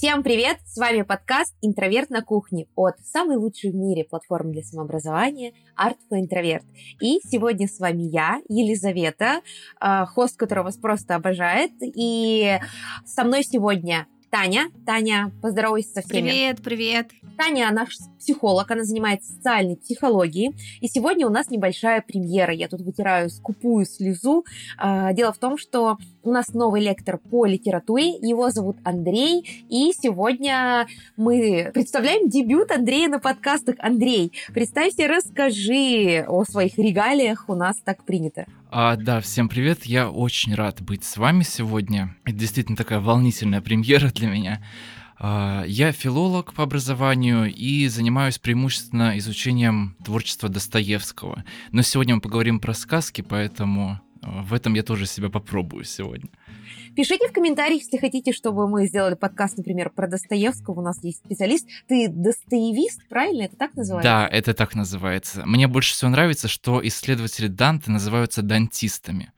Всем привет! С вами подкаст «Интроверт на кухне» от самой лучшей в мире платформы для самообразования Art for Introvert. И сегодня с вами я, Елизавета, хост, которого вас просто обожает. И со мной сегодня Таня. Таня, поздоровайся со всеми. Привет! Таня наш психолог, она занимается социальной психологией. И сегодня у нас небольшая премьера. Я тут вытираю скупую слезу. Дело в том, что у нас новый лектор по литературе. Его зовут Андрей. И сегодня мы представляем дебют Андрея на подкастах. Андрей, представься, расскажи о своих регалиях. У нас так принято. Да, всем привет. Я очень рад быть с вами сегодня. Это действительно такая волнительная премьера для меня. Я филолог по образованию и занимаюсь преимущественно изучением творчества Достоевского. Но сегодня мы поговорим про сказки, поэтому в этом я тоже себя попробую сегодня. Пишите в комментариях, если хотите, чтобы мы сделали подкаст, например, про Достоевского. У нас есть специалист. Ты достоевист, правильно? Это так называется? Да, это так называется. Мне больше всего нравится, что исследователи Данте называются дантистами.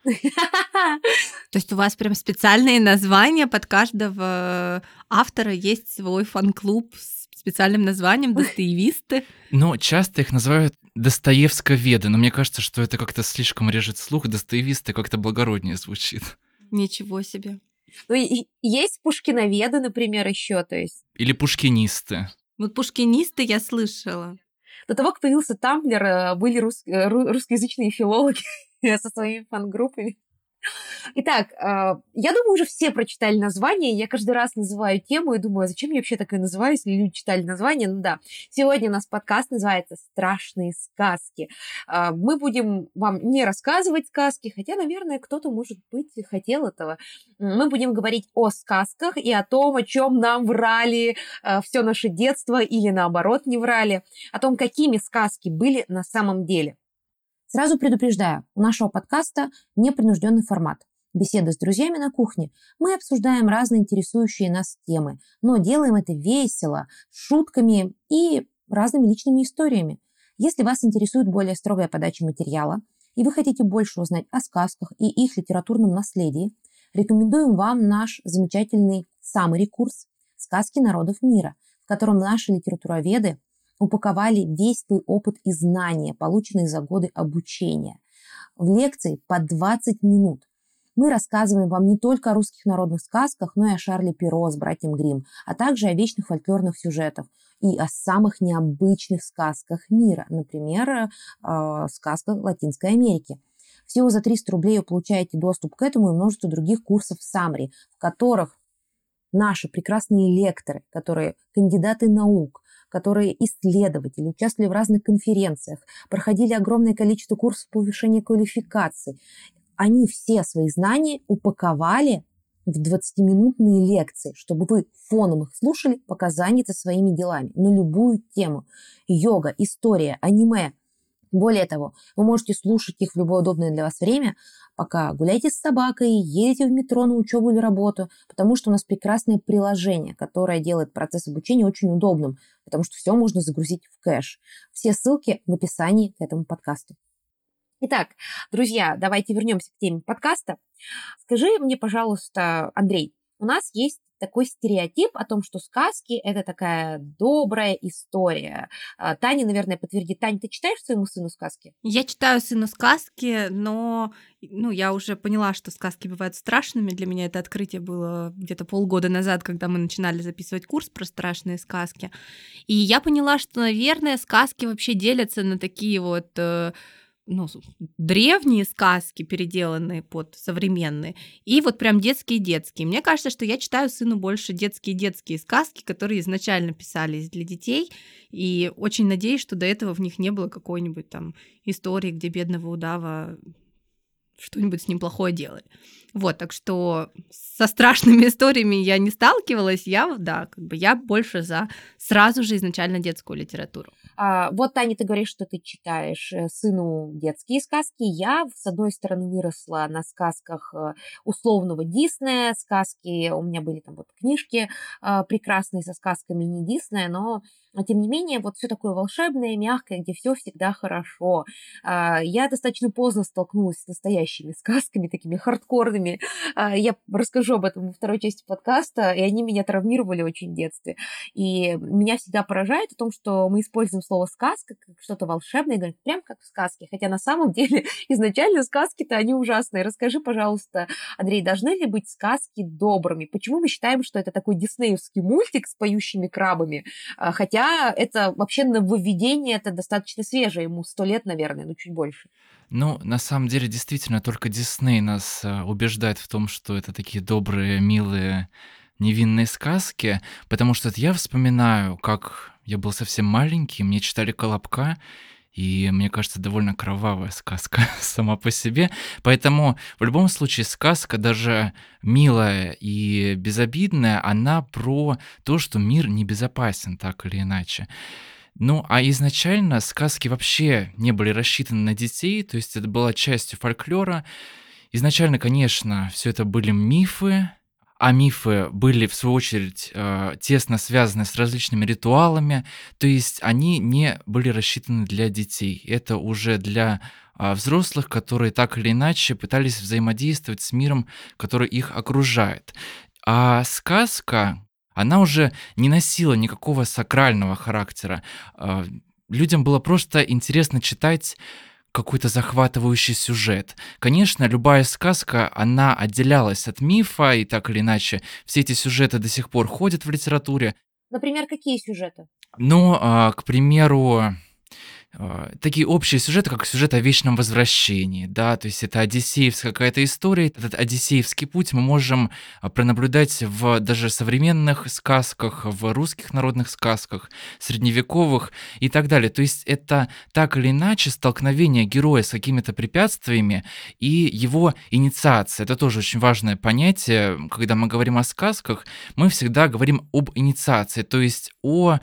То есть у вас прям специальные названия, под каждого автора есть свой фан-клуб с специальным названием «Достоевисты». Но часто их называют достоевсковеды, но мне кажется, что это как-то слишком режет слух. Достоевисты как-то благороднее звучит. Ничего себе. Ну, и есть пушкиноведы, например, еще, то есть. Или пушкинисты. Вот пушкинисты я слышала. До того, как появился Тамблер, были русскоязычные филологи со своими фан-группами. Итак, я думаю, уже все прочитали название. Я каждый раз называю тему и думаю, зачем я вообще такое называю, если люди читали название. Ну да, сегодня у нас подкаст называется «Страшные сказки». Мы будем вам не рассказывать сказки, хотя, наверное, кто-то, может быть, хотел этого. Мы будем говорить о сказках и о том, о чем нам врали все наше детство или, наоборот, не врали, о том, какими сказки были на самом деле. Сразу предупреждаю, у нашего подкаста непринужденный формат. Беседы с друзьями на кухне. Мы обсуждаем разные интересующие нас темы, но делаем это весело, с шутками и разными личными историями. Если вас интересует более строгая подача материала, и вы хотите больше узнать о сказках и их литературном наследии, рекомендуем вам наш замечательный summary-курс «Сказки народов мира», в котором наши литературоведы упаковали весь свой опыт и знания, полученные за годы обучения. В лекции по 20 минут мы рассказываем вам не только о русских народных сказках, но и о Шарле Перро с братьям Гримм, а также о вечных фольклорных сюжетах и о самых необычных сказках мира, например, сказках Латинской Америки. Всего за 300 рублей вы получаете доступ к этому и множеству других курсов Summary, в которых наши прекрасные лекторы, которые кандидаты наук, которые исследователи, участвовали в разных конференциях, проходили огромное количество курсов повышения квалификации. Они все свои знания упаковали в 20-минутные лекции, чтобы вы фоном их слушали, пока заняты своими делами на любую тему. Йога, история, аниме. Более того, вы можете слушать их в любое удобное для вас время, пока гуляете с собакой, едете в метро на учебу или работу, потому что у нас прекрасное приложение, которое делает процесс обучения очень удобным, потому что все можно загрузить в кэш. Все ссылки в описании к этому подкасту. Итак, друзья, давайте вернемся к теме подкаста. Скажи мне, пожалуйста, Андрей, у нас есть такой стереотип о том, что сказки – это такая добрая история. Таня, наверное, подтвердит. Таня, ты читаешь своему сыну сказки? Я читаю сыну сказки, но я уже поняла, что сказки бывают страшными. Для меня это открытие было где-то полгода назад, когда мы начинали записывать курс про страшные сказки. И я поняла, что, наверное, сказки вообще делятся на такие вот древние сказки, переделанные под современные, и вот прям детские-детские. Мне кажется, что я читаю сыну больше детские-детские сказки, которые изначально писались для детей, и очень надеюсь, что до этого в них не было какой-нибудь там истории, где бедного удава что-нибудь с ним плохое делали. Вот, так что со страшными историями я не сталкивалась, я больше за сразу же изначально детскую литературу. Вот, Таня, ты говоришь, что ты читаешь сыну детские сказки. Я, с одной стороны, выросла на сказках условного Диснея, сказки, у меня были там вот книжки прекрасные со сказками не Диснея, но А тем не менее, вот все такое волшебное, мягкое, где все всегда хорошо. Я достаточно поздно столкнулась с настоящими сказками, такими хардкорными. Я расскажу об этом во второй части подкаста, и они меня травмировали очень в детстве. И меня всегда поражает о том, что мы используем слово «сказка» как что-то волшебное, говорим, прям как в сказке. Хотя на самом деле изначально сказки-то они ужасные. Расскажи, пожалуйста, Андрей, должны ли быть сказки добрыми? Почему мы считаем, что это такой диснеевский мультик с поющими крабами? Хотя это вообще нововведение, это достаточно свежее, ему 100 лет, наверное, ну чуть больше. Ну, на самом деле, действительно, только Дисней нас убеждает в том, что это такие добрые, милые, невинные сказки, потому что я вспоминаю, как я был совсем маленький, мне читали «Колобка», и мне кажется, довольно кровавая сказка сама по себе. Поэтому в любом случае сказка, даже милая и безобидная, она про то, что мир небезопасен так или иначе. Ну, а изначально сказки вообще не были рассчитаны на детей, то есть это была частью фольклора. Изначально, конечно, все это были мифы, а мифы были, в свою очередь, тесно связаны с различными ритуалами, то есть они не были рассчитаны для детей. Это уже для взрослых, которые так или иначе пытались взаимодействовать с миром, который их окружает. А сказка, она уже не носила никакого сакрального характера. Людям было просто интересно читать какой-то захватывающий сюжет. Конечно, любая сказка, она отделялась от мифа, и так или иначе все эти сюжеты до сих пор ходят в литературе. Например, какие сюжеты? Но, к примеру, такие общие сюжеты, как сюжет о вечном возвращении, да, то есть это одиссеевская какая-то история. Этот одиссеевский путь мы можем пронаблюдать в даже современных сказках, в русских народных сказках, средневековых и так далее. То есть это так или иначе столкновение героя с какими-то препятствиями и его инициация. Это тоже очень важное понятие. Когда мы говорим о сказках, мы всегда говорим об инициации, то есть о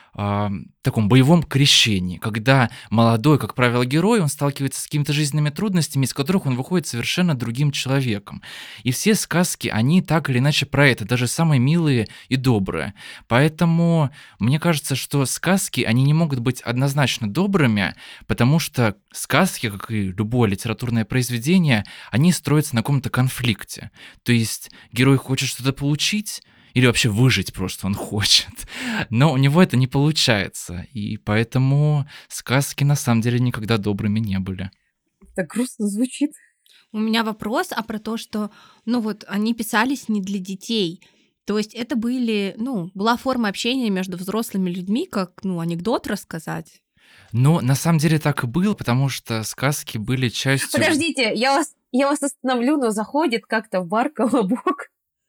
таком боевом крещении, когда молодой, как правило, герой, он сталкивается с какими-то жизненными трудностями, из которых он выходит совершенно другим человеком. И все сказки, они так или иначе про это, даже самые милые и добрые. Поэтому мне кажется, что сказки, они не могут быть однозначно добрыми, потому что сказки, как и любое литературное произведение, они строятся на каком-то конфликте. То есть герой хочет что-то получить, или вообще выжить просто он хочет. Но у него это не получается. И поэтому сказки на самом деле никогда добрыми не были. Так грустно звучит. У меня вопрос, про то, что, они писались не для детей. То есть это была форма общения между взрослыми людьми, как, анекдот рассказать. Но на самом деле так и было, потому что сказки были частью... Подождите, я вас остановлю, но заходит как-то в бар «Колобок»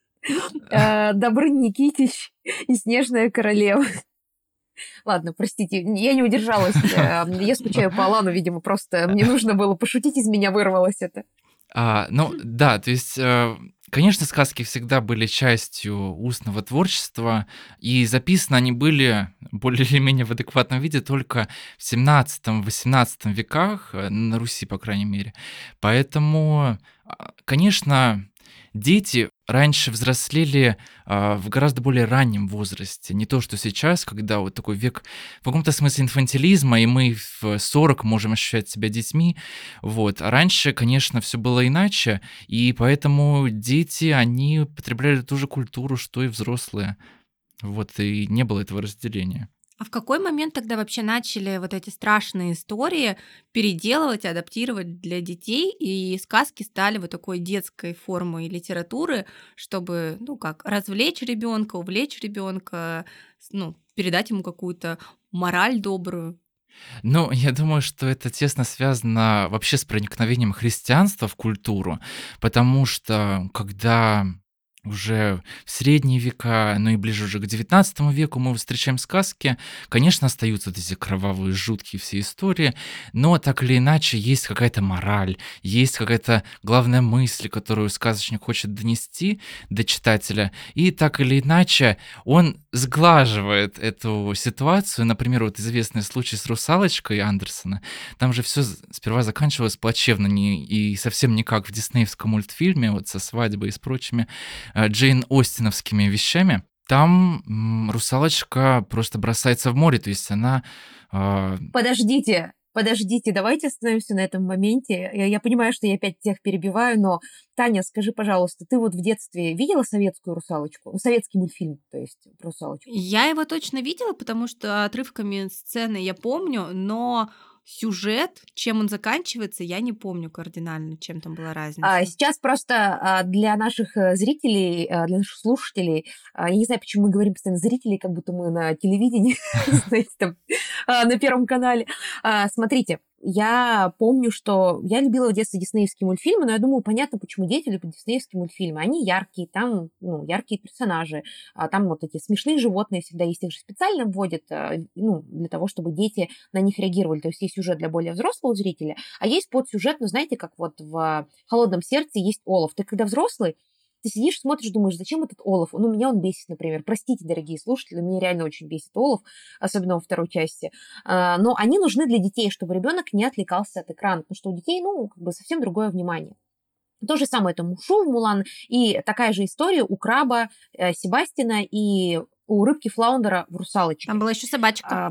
Добрын Никитич и Снежная королева. Ладно, простите, я не удержалась. Я скучаю по Алану, видимо, просто мне нужно было пошутить, из меня вырвалось это. Да, то есть, конечно, сказки всегда были частью устного творчества, и записаны они были более или менее в адекватном виде только в 17-18 веках, на Руси, по крайней мере. Поэтому, конечно, дети раньше взрослели в гораздо более раннем возрасте. Не то, что сейчас, когда вот такой век в каком-то смысле инфантилизма, и мы в 40 можем ощущать себя детьми. Вот. А раньше, конечно, все было иначе, и поэтому дети, они потребляли ту же культуру, что и взрослые. Вот, и не было этого разделения. А в какой момент тогда вообще начали вот эти страшные истории переделывать, адаптировать для детей, и сказки стали вот такой детской формой литературы, чтобы, развлечь ребенка, увлечь ребенка, передать ему какую-то мораль добрую? Я думаю, что это тесно связано вообще с проникновением христианства в культуру, потому что когда уже в средние века, и ближе уже к 19 веку мы встречаем сказки, конечно, остаются вот эти кровавые, жуткие все истории, но так или иначе есть какая-то мораль, есть какая-то главная мысль, которую сказочник хочет донести до читателя, и так или иначе он сглаживает эту ситуацию. Например, вот известный случай с «Русалочкой» Андерсона, там же все сперва заканчивалось плачевно, и совсем не как в диснеевском мультфильме, вот со свадьбой и с прочими Джейн Остиновскими вещами. Там русалочка просто бросается в море, то есть она... Подождите, давайте остановимся на этом моменте. Я понимаю, что я опять всех перебиваю, но, Таня, скажи, пожалуйста, ты вот в детстве видела советскую русалочку? Ну, советский мультфильм, то есть про русалочку. Я его точно видела, потому что отрывками сцены я помню, но сюжет, чем он заканчивается, я не помню кардинально, чем там была разница. Сейчас просто для наших зрителей, для наших слушателей, я не знаю, почему мы говорим постоянно зрителей, как будто мы на телевидении, знаете, там, на Первом канале. Смотрите, я помню, что я любила в детстве диснеевские мультфильмы, но я думаю, понятно, почему дети любят диснеевские мультфильмы. Они яркие, там яркие персонажи, там вот эти смешные животные всегда есть, их же специально вводят, для того, чтобы дети на них реагировали. То есть есть сюжет для более взрослого зрителя, а есть подсюжет, знаете, как вот в «Холодном сердце» есть Олаф. Ты когда взрослый, ты сидишь, смотришь, думаешь, зачем этот Олаф? Меня он бесит, например. Простите, дорогие слушатели, меня реально очень бесит Олаф, особенно во второй части. Но они нужны для детей, чтобы ребенок не отвлекался от экрана, потому что у детей, совсем другое внимание. То же самое это Мушу в «Мулан», и такая же история у краба Себастина и у рыбки Флаундера в «Русалочке». Там была еще собачка.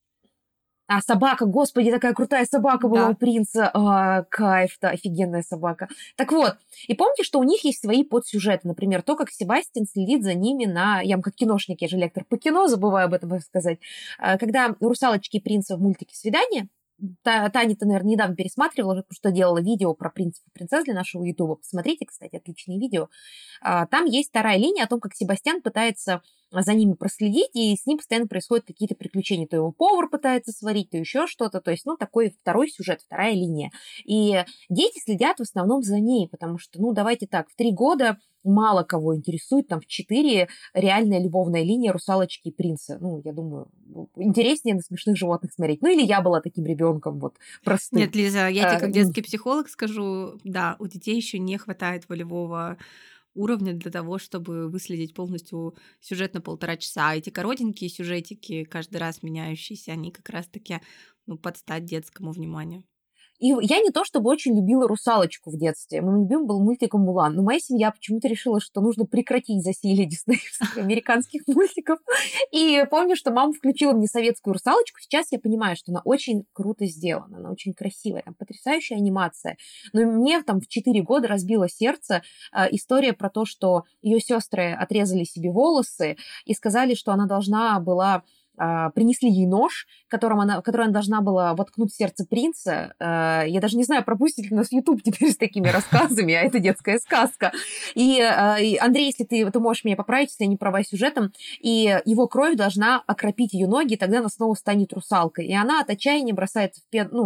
Собака, господи, такая крутая собака была у принца. Кайф-то, офигенная собака. Так вот, и помните, что у них есть свои подсюжеты. Например, то, как Себастьян следит за ними я как киношник, я же лектор по кино, забываю об этом сказать. Когда у «Русалочки» и принца в мультике «Свидание», Таня, ты, наверное, недавно пересматривала, потому что делала видео про принцев и принцесс для нашего ютуба. Посмотрите, кстати, отличные видео. Там есть вторая линия о том, как Себастьян пытается за ними проследить, и с ним постоянно происходят какие-то приключения. То его повар пытается сварить, то еще что-то. То есть, такой второй сюжет, вторая линия. И дети следят в основном за ней, потому что, давайте так, в 3 года мало кого интересует, там в 4 реальная любовная линия русалочки и принца. Я думаю, интереснее на смешных животных смотреть. Или я была таким ребенком простым. Нет, Лиза, я тебе как детский психолог скажу, да, у детей еще не хватает волевого уровня для того, чтобы выследить полностью сюжет на 1,5 часа. А эти коротенькие сюжетики, каждый раз меняющиеся, они как раз-таки под стать детскому вниманию. И я не то чтобы очень любила русалочку в детстве. Моим любимым был мультик «Мулан». Но моя семья почему-то решила, что нужно прекратить засилие диснеевских американских мультиков. И помню, что мама включила мне советскую русалочку. Сейчас я понимаю, что она очень круто сделана, она очень красивая, там потрясающая анимация. Но мне в 4 года разбило сердце история про то, что ее сестры отрезали себе волосы и сказали, что она должна была... принесли ей нож, который она должна была воткнуть в сердце принца. Я даже не знаю, пропустить ли нас YouTube теперь с такими рассказами, а это детская сказка. И Андрей, если ты можешь меня поправить, если я не права сюжетом, и его кровь должна окропить ее ноги, тогда она снова станет русалкой. И она от отчаяния бросается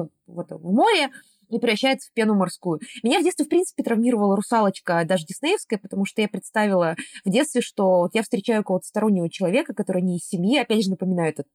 в море, и превращается в пену морскую. Меня в детстве, в принципе, травмировала русалочка, даже диснеевская, потому что я представила в детстве, что я встречаю какого-то стороннего человека, который не из семьи. Опять же, напоминаю, это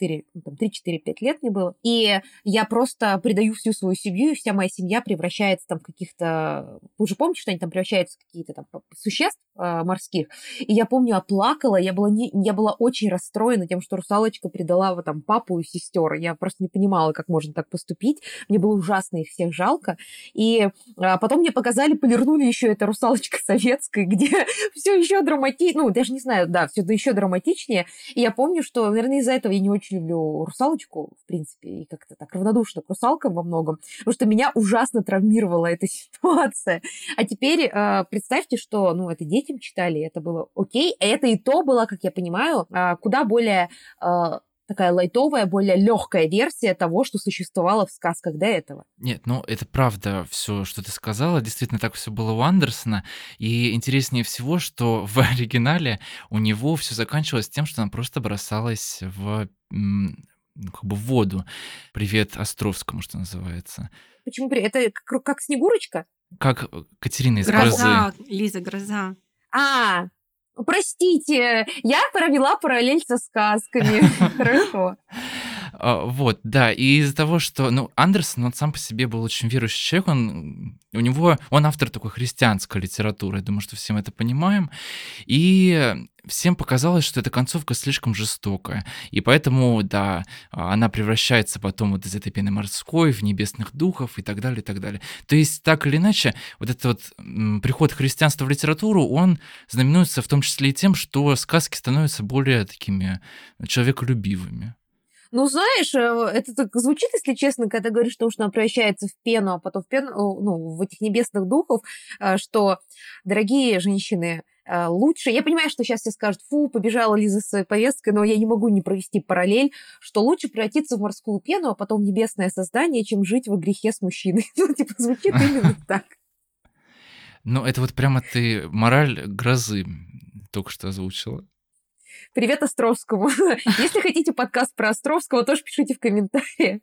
3-4-5 лет мне было. И я просто предаю всю свою семью, и вся моя семья превращается в каких-то... Вы уже помните, что они там превращаются в какие-то существ морских? И я помню, оплакала, я была очень расстроена тем, что русалочка предала папу и сестер. Я просто не понимала, как можно так поступить. Мне было ужасно их всех жалко. И потом мне показали, полирнули еще это «Русалочка» советская, где все еще драматичнее, даже не знаю, да, все еще драматичнее. И я помню, что, наверное, из-за этого я не очень люблю «Русалочку», в принципе, и как-то так равнодушна к русалкам во многом, потому что меня ужасно травмировала эта ситуация. А теперь представьте, что, это детям читали, это было окей. Это и то была, как я понимаю, куда более... такая лайтовая, более легкая версия того, что существовало в сказках до этого. Нет, это правда все, что ты сказала. Действительно, так все было у Андерсона. И интереснее всего, что в оригинале у него все заканчивалось тем, что она просто бросалась в воду. Привет Островскому, что называется. Почему? Это как Снегурочка? Как Катерина из «Гроза». «Грозы». Лиза, «Гроза». Простите, я провела параллель со сказками. Хорошо. Вот, да, и из-за того, что, ну, Андерсон, он сам по себе был очень верующий человек, он автор такой христианской литературы, я думаю, что все мы это понимаем, и всем показалось, что эта концовка слишком жестокая, и поэтому, да, она превращается потом вот из этой пены морской в небесных духов и так далее, и так далее. То есть, так или иначе, вот этот вот приход христианства в литературу, он знаменуется в том числе и тем, что сказки становятся более такими человеколюбивыми. Ну, знаешь, это так звучит, если честно, когда ты говоришь, что она превращается в пену, а потом в пену, ну, в этих небесных духов, что, дорогие женщины, лучше... Я понимаю, что сейчас все скажут, фу, побежала Лиза с своей повесткой, но я не могу не провести параллель, что лучше превратиться в морскую пену, а потом в небесное создание, чем жить во грехе с мужчиной. Ну, типа, звучит именно так. Ну, это вот прямо ты мораль грозы только что озвучила. Привет Островскому. Если хотите подкаст про Островского, тоже пишите в комментариях.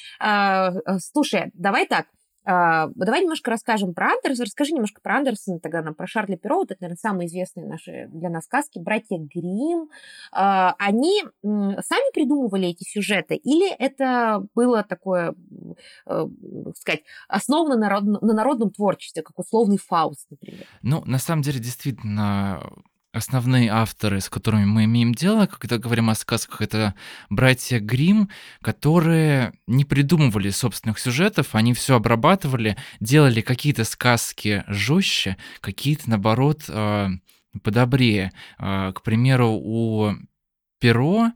Слушай, давай так. Давай немножко расскажем про Андерсона. Расскажи немножко про Андерсона, тогда нам про Шарля Перро. Вот это, наверное, самые известные наши для нас сказки. Братья Гримм. Они сами придумывали эти сюжеты? Или это было такое, сказать, основано на народном творчестве, как условный Фауст, например? Ну, на самом деле, действительно, основные авторы, с которыми мы имеем дело, когда говорим о сказках, это братья Гримм, которые не придумывали собственных сюжетов, они все обрабатывали, делали какие-то сказки жестче, какие-то, наоборот, подобрее. К примеру, у Перо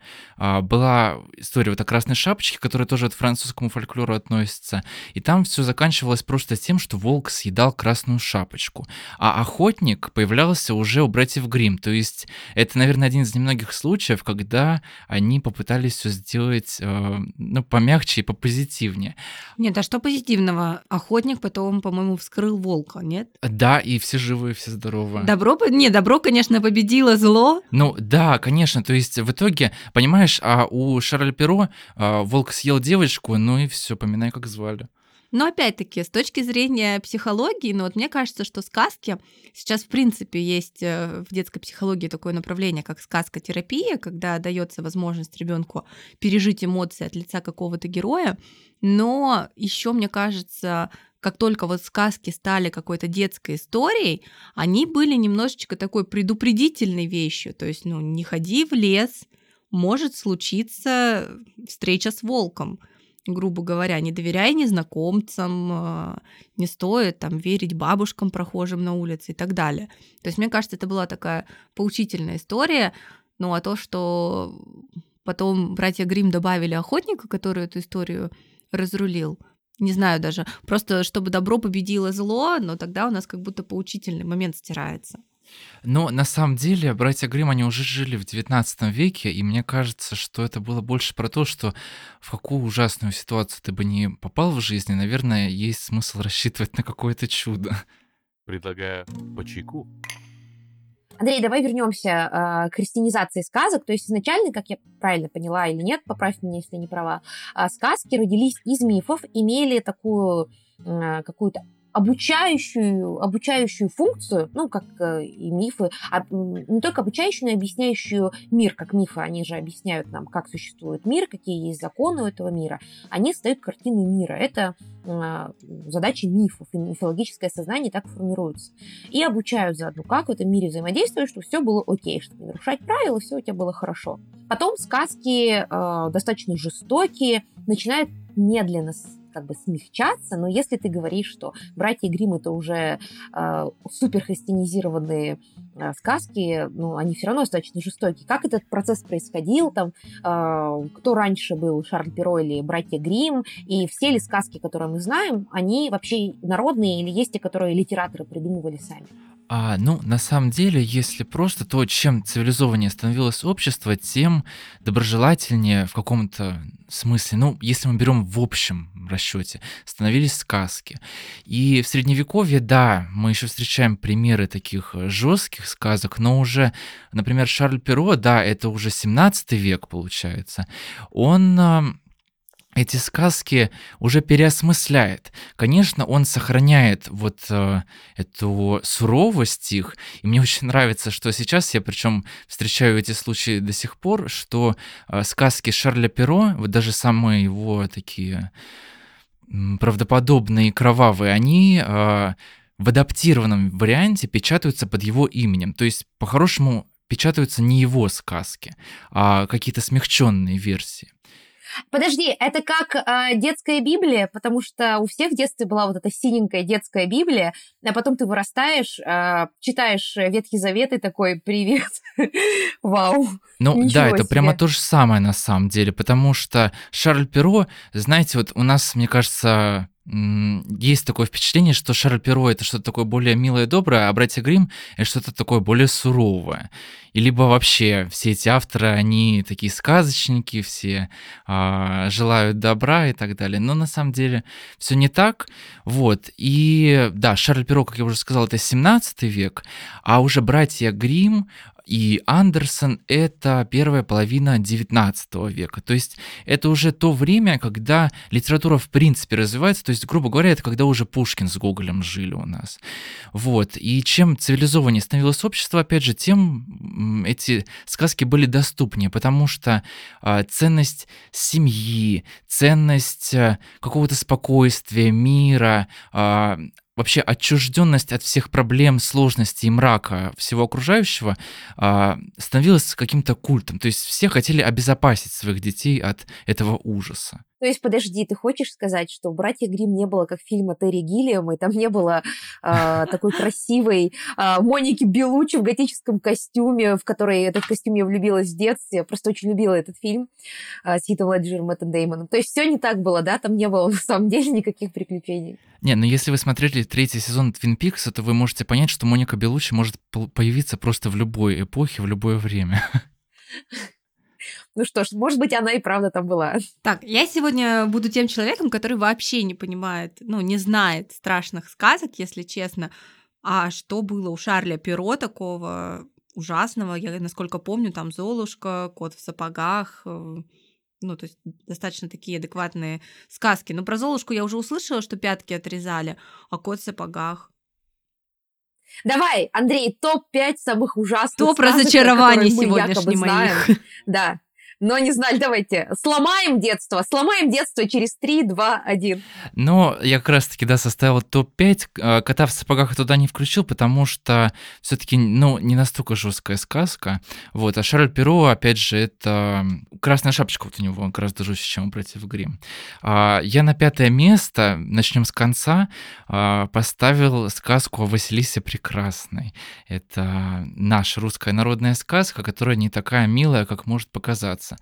была история вот о Красной Шапочке, которая тоже к французскому фольклору относится, и там все заканчивалось просто тем, что волк съедал Красную Шапочку, а охотник появлялся уже у братьев Гримм, то есть это, наверное, один из немногих случаев, когда они попытались все сделать, ну, помягче и попозитивнее. Нет, а что позитивного? Охотник потом, по-моему, вскрыл волка, нет? Да, и все живы, все здоровы. Добро, конечно, победило зло. Ну да, конечно, то есть в итоге, понимаешь, а у Шарля Перро волк съел девочку, ну и все, поминай, как звали. Но опять-таки, с точки зрения психологии, ну вот мне кажется, что сказки, сейчас в принципе есть в детской психологии такое направление, как сказкотерапия, когда дается возможность ребенку пережить эмоции от лица какого-то героя, но еще мне кажется, как только вот сказки стали какой-то детской историей, они были немножечко такой предупредительной вещью, то есть, ну, не ходи в лес, может случиться встреча с волком. Грубо говоря, не доверяй незнакомцам, не стоит там верить бабушкам, прохожим на улице и так далее. То есть, мне кажется, это была такая поучительная история. Ну, а то, что потом братья Гримм добавили охотника, который эту историю разрулил, не знаю даже, просто чтобы добро победило зло, но тогда у нас как будто поучительный момент стирается. Но на самом деле братья Гримм, они уже жили в 19 веке, и мне кажется, что это было больше про то, что в какую ужасную ситуацию ты бы не попал в жизни, наверное, есть смысл рассчитывать на какое-то чудо. Предлагаю по чайку. Андрей, давай вернемся к христианизации сказок. То есть изначально, как я правильно поняла или нет, поправь меня, если я не права, сказки родились из мифов, имели такую какую-то обучающую функцию, ну, как и мифы, не только обучающую, но и объясняющую мир, как мифы. Они же объясняют нам, как существует мир, какие есть законы у этого мира. Они создают картину мира. Это задача мифов, и мифологическое сознание так формируется. И обучают заодно, как в этом мире взаимодействовать, чтобы все было окей, чтобы не нарушать правила, все у тебя было хорошо. Потом сказки достаточно жестокие, начинают медленно как бы смягчаться, но если ты говоришь, что братья Гримм это уже супер христианизированные сказки, ну, они все равно достаточно жестокие. Как этот процесс происходил, там, кто раньше был, Шарль Перро или братья Гримм, и все ли сказки, которые мы знаем, они вообще народные или есть те, которые литераторы придумывали сами? Ну, на самом деле, если просто, то чем цивилизованнее становилось общество, тем доброжелательнее в каком-то смысле, ну, если мы берем в общем расчете, становились сказки. И в Средневековье, да, мы еще встречаем примеры таких жестких сказок, но уже, например, Шарль Перро, да, это уже 17 век, получается, он эти сказки уже переосмысляет. Конечно, он сохраняет вот эту суровость их, и мне очень нравится, что сейчас я причем встречаю эти случаи до сих пор, что сказки Шарля Перро, вот даже самые его такие правдоподобные и кровавые, они в адаптированном варианте печатаются под его именем. То есть, по-хорошему, печатаются не его сказки, а какие-то смягченные версии. Подожди, это как детская Библия, потому что у всех в детстве была вот эта синенькая детская Библия, а потом ты вырастаешь, читаешь Ветхий Завет и такой: привет, вау, Ну да, ничего это прямо себе. то же самое на самом деле, потому что Шарль Перро, знаете, вот у нас, мне кажется, есть такое впечатление, что Шарль Перро это что-то такое более милое и доброе, а братья Гримм это что-то такое более суровое. И либо вообще все эти авторы, они такие сказочники, все желают добра и так далее. Но на самом деле все не так. Вот. И да, Шарль Перро, как я уже сказал, это 17 век, а уже братья Гримм и Андерсон — это первая половина 19 века. То есть это уже то время, когда литература в принципе развивается. То есть, грубо говоря, это когда уже Пушкин с Гоголем жили у нас. Вот. И чем цивилизованнее становилось общество, опять же, тем эти сказки были доступнее, потому что ценность семьи, ценность какого-то спокойствия, мира, вообще отчужденность от всех проблем, сложностей и мрака всего окружающего становилась каким-то культом. То есть все хотели обезопасить своих детей от этого ужаса. То есть, подожди, ты хочешь сказать, что в «Братья Гримм» не было как фильма Терри Гиллиама, и там не было такой красивой Моники Беллуччи в готическом костюме, в который этот костюм я влюбилась в детстве. Я просто очень любила этот фильм с Хитом Леджером и Мэттом Деймоном. То есть все не так было, да? Там не было на самом деле никаких приключений. Не, но если вы смотрели 3-й сезон Твин Пикса, то вы можете понять, что Моника Беллуччи может появиться просто в любой эпохе, в любое время. Ну что ж, может быть, она и правда там была. Так, я сегодня буду тем человеком, который вообще не понимает, ну, не знает страшных сказок, если честно. А что было у Шарля Перро такого ужасного? Я, насколько помню, там «Золушка», «Кот в сапогах», ну, то есть достаточно такие адекватные сказки. Но про Золушку я уже услышала, что пятки отрезали, а «Кот в сапогах». Давай, Андрей, топ-5 самых ужасных Топ сказок, разочарований которые мы якобы сегодняшних знаем. моих. Да, но не знали. Давайте сломаем детство через 3, 2, 1. Но я как раз-таки, да, составил топ-5. «Кота в сапогах» я туда не включил, потому что все-таки, ну, не настолько жесткая сказка. Вот, а Шарль Перро, опять же, это «Красная шапочка», вот у него гораздо жестче, чем у братьев Гримм. Я на 5-е место, начнем с конца, поставил сказку о Василисе Прекрасной. Это наша русская народная сказка, которая не такая милая, как может показаться.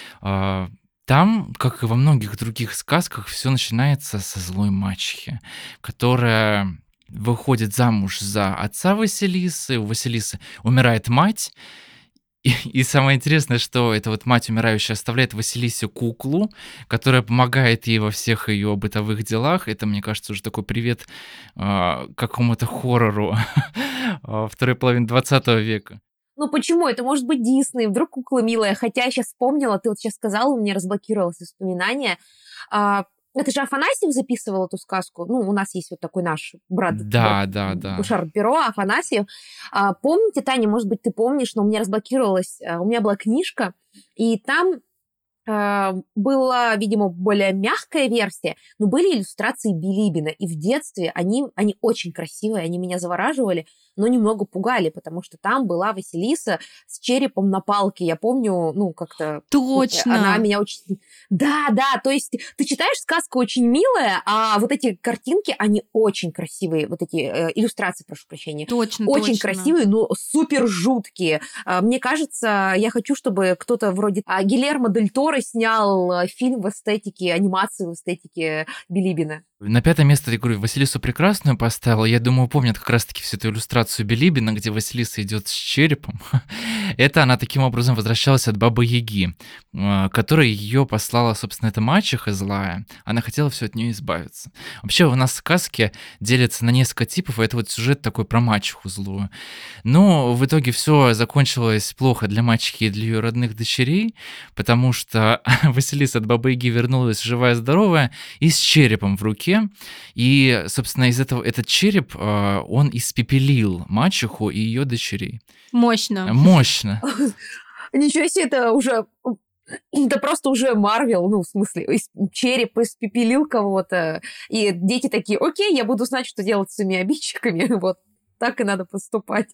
Там, как и во многих других сказках, все начинается со злой мачехи, которая выходит замуж за отца Василисы, у Василисы умирает мать, и самое интересное, что эта вот мать умирающая оставляет Василисе куклу, которая помогает ей во всех ее бытовых делах. Это, мне кажется, уже такой привет какому-то хоррору второй половины 20 века. Ну почему? Это может быть Дисней, вдруг кукла милая. Хотя я сейчас вспомнила, ты вот сейчас сказала, у меня разблокировалось воспоминание. Это же Афанасьев записывал эту сказку. Ну, у нас есть вот такой наш брат Да. Шарль Перро, Афанасьев. Помните, Таня, может быть, ты помнишь, но у меня разблокировалось, у меня была книжка, и там была, видимо, более мягкая версия, но были иллюстрации Билибина. И в детстве они очень красивые, они меня завораживали, но немного пугали, потому что там была Василиса с черепом на палке. Я помню, ну, как-то... Точно! Она меня очень... Да, то есть ты читаешь сказку очень милая, а вот эти картинки, они очень красивые. Вот эти иллюстрации, прошу прощения. Точно. Очень красивые, но супер жуткие. Мне кажется, я хочу, чтобы кто-то вроде Гильермо дель Торо снял фильм в эстетике, анимацию в эстетике Билибина. На 5-е место, я говорю, Василису Прекрасную поставил. Я думаю, помнят как раз-таки всю эту иллюстрацию Билибина, где Василиса идет с черепом. Это она таким образом возвращалась от Бабы Яги, которая ее послала, собственно, эта мачеха злая. Она хотела все от нее избавиться. Вообще у нас сказки делятся на несколько типов, и это вот сюжет такой про мачеху злую. Но в итоге все закончилось плохо для мачехи и для ее родных дочерей, потому что Василиса от Бабы Яги вернулась живая-здоровая и с черепом в руке. И, собственно, из этого этот череп, он испепелил мачеху и ее дочерей. Мощно. Мощно. Ничего себе, это просто уже Марвел, ну, в смысле, череп испепелил кого-то, и дети такие, окей, я буду знать, что делать с своими обидчиками, вот так и надо поступать.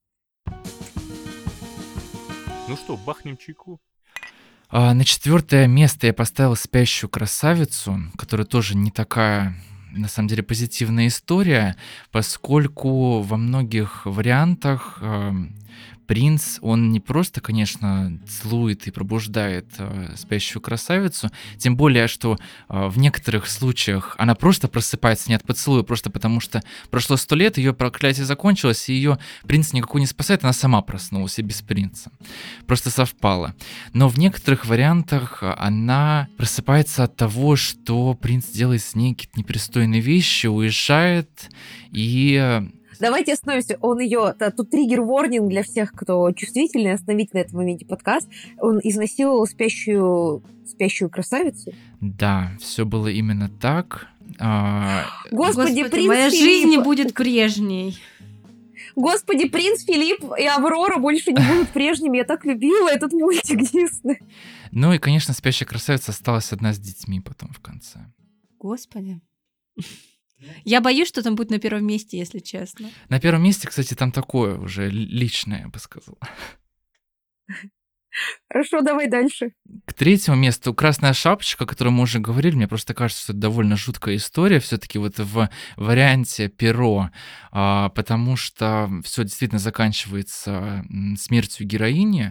Ну что, бахнем чайку? На 4 место я поставил «Спящую красавицу», которая тоже не такая, на самом деле, позитивная история, поскольку во многих вариантах принц, он не просто, конечно, целует и пробуждает спящую красавицу, тем более, что в некоторых случаях она просто просыпается не от поцелуя, просто потому что прошло 100 лет, ее проклятие закончилось, и ее принц никакой не спасает, она сама проснулась и без принца. Просто совпало. Но в некоторых вариантах она просыпается от того, что принц делает с ней какие-то непристойные вещи, уезжает и... Давайте остановимся. Он ее... Тут триггер-ворнинг для всех, кто чувствительный. Остановите на этом моменте подкаст. Он изнасиловал спящую красавицу. Да, все было именно так. Господи, принц моя Филипп... жизнь не будет прежней. Господи, принц Филипп и Аврора больше не будут прежними. Я так любила этот мультик Дисней. Ну и, конечно, спящая красавица осталась одна с детьми потом в конце. Господи. Я боюсь, что там будет на первом месте, если честно. На первом месте, кстати, там такое уже личное, я бы сказал. Хорошо, давай дальше. К 3-му месту «Красная шапочка», о которой мы уже говорили. Мне просто кажется, что это довольно жуткая история все-таки вот в варианте «Перо», потому что все действительно заканчивается смертью героини.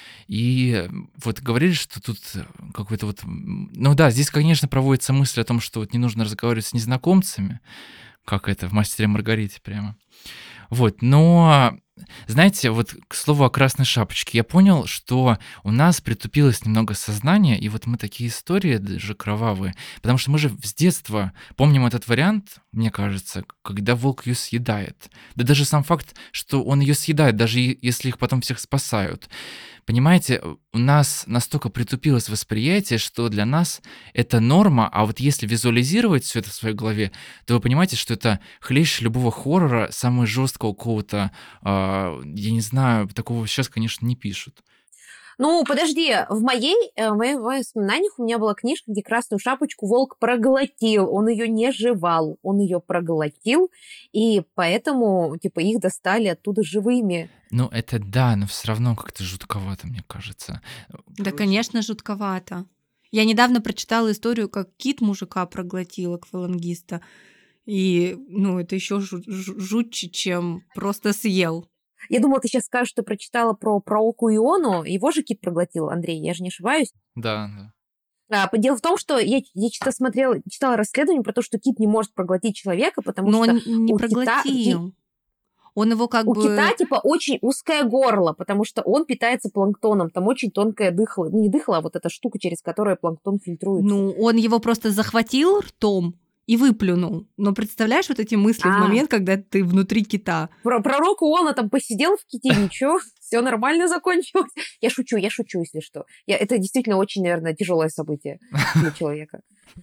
И вот говорили, что тут какой-то вот... Ну да, здесь, конечно, проводится мысль о том, что вот не нужно разговаривать с незнакомцами, как это в «Мастере и Маргарите» прямо. Вот, но... Знаете, вот к слову о красной шапочке, я понял, что у нас притупилось немного сознание, и вот мы такие истории даже кровавые, потому что мы же с детства помним этот вариант, мне кажется, когда волк ее съедает. Да даже сам факт, что он ее съедает, даже если их потом всех спасают. Понимаете, у нас настолько притупилось восприятие, что для нас это норма, а вот если визуализировать все это в своей голове, то вы понимаете, что это хлеще любого хоррора, самого жесткого какого-то, я не знаю, такого сейчас, конечно, не пишут. Ну, подожди, в моих воспоминаниях у меня была книжка, где красную шапочку волк проглотил, он ее не жевал, он ее проглотил, и поэтому, типа, их достали оттуда живыми. Ну, это да, но все равно как-то жутковато, мне кажется. Да, конечно, жутковато. Я недавно прочитала историю, как кит мужика проглотил, аквалангиста, и, ну, это еще жутче, чем просто съел. Я думала, ты сейчас скажешь, что прочитала про Оку Иону, его же кит проглотил, Андрей, я же не ошибаюсь. Да. Дело в том, что я читала расследование про то, что кит не может проглотить человека, потому Но что он не у проглотил. Он его как у бы... кита, типа, очень узкое горло, потому что он питается планктоном, там очень тонкое дыхло, не дыхло, а вот эта штука, через которую планктон фильтруется. Ну, он его просто захватил ртом и выплюнул. Но представляешь вот эти мысли в момент, когда ты внутри кита? Пророк Иона там посидел в ките, ничего, все нормально закончилось. Я шучу, если что. Это действительно очень, наверное, тяжелое событие для человека.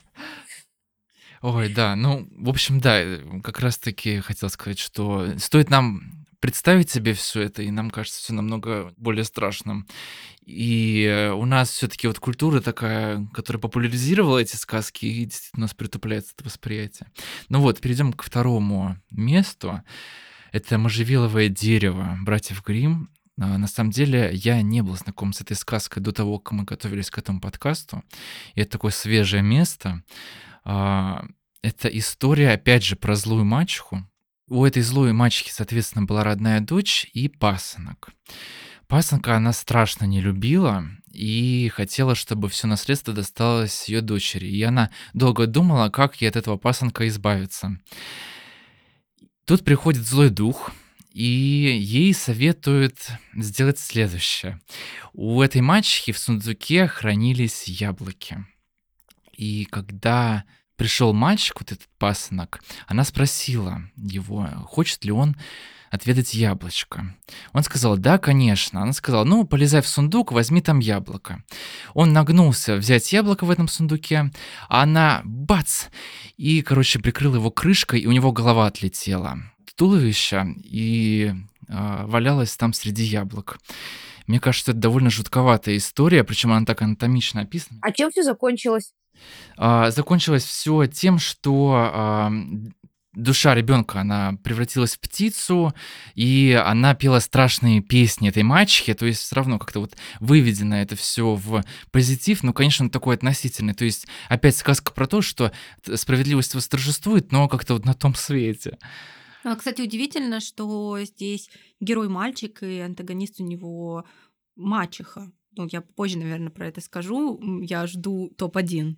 Ой, да, ну, в общем, да, как раз-таки хотел сказать, что стоит нам представить себе все это, и нам кажется все намного более страшным. И у нас все-таки вот культура такая, которая популяризировала эти сказки, и действительно у нас притупляется это восприятие. Ну вот, перейдем к 2-му месту. Это «Можжевеловое дерево» братьев Гримм. На самом деле, я не был знаком с этой сказкой до того, как мы готовились к этому подкасту. И это такое свежее место. Это история, опять же, про злую мачеху. У этой злой мачехи, соответственно, была родная дочь и пасынок. Пасынка она страшно не любила и хотела, чтобы все наследство досталось ее дочери. И она долго думала, как ей от этого пасынка избавиться. Тут приходит злой дух и ей советуют сделать следующее. У этой мачехи в сундуке хранились яблоки. И когда пришел мальчик, вот этот пасынок, она спросила его, хочет ли он отведать яблочко. Он сказал, да, конечно. Она сказала, ну, полезай в сундук, возьми там яблоко. Он нагнулся взять яблоко в этом сундуке, а она, бац, и, короче, прикрыла его крышкой, и у него голова отлетела. Туловище, и валялось там среди яблок. Мне кажется, это довольно жутковатая история, причем она так анатомично описана. А чем все закончилось? Закончилось все тем, что душа ребенка, она превратилась в птицу, и она пела страшные песни этой мачехи, то есть все равно как-то вот выведено это все в позитив, но, конечно, он такой относительный. То есть опять сказка про то, что справедливость восторжествует, но как-то вот на том свете. Кстати, удивительно, что здесь герой мальчик, и антагонист у него мачеха. Ну, я позже, наверное, про это скажу. Я жду топ-1.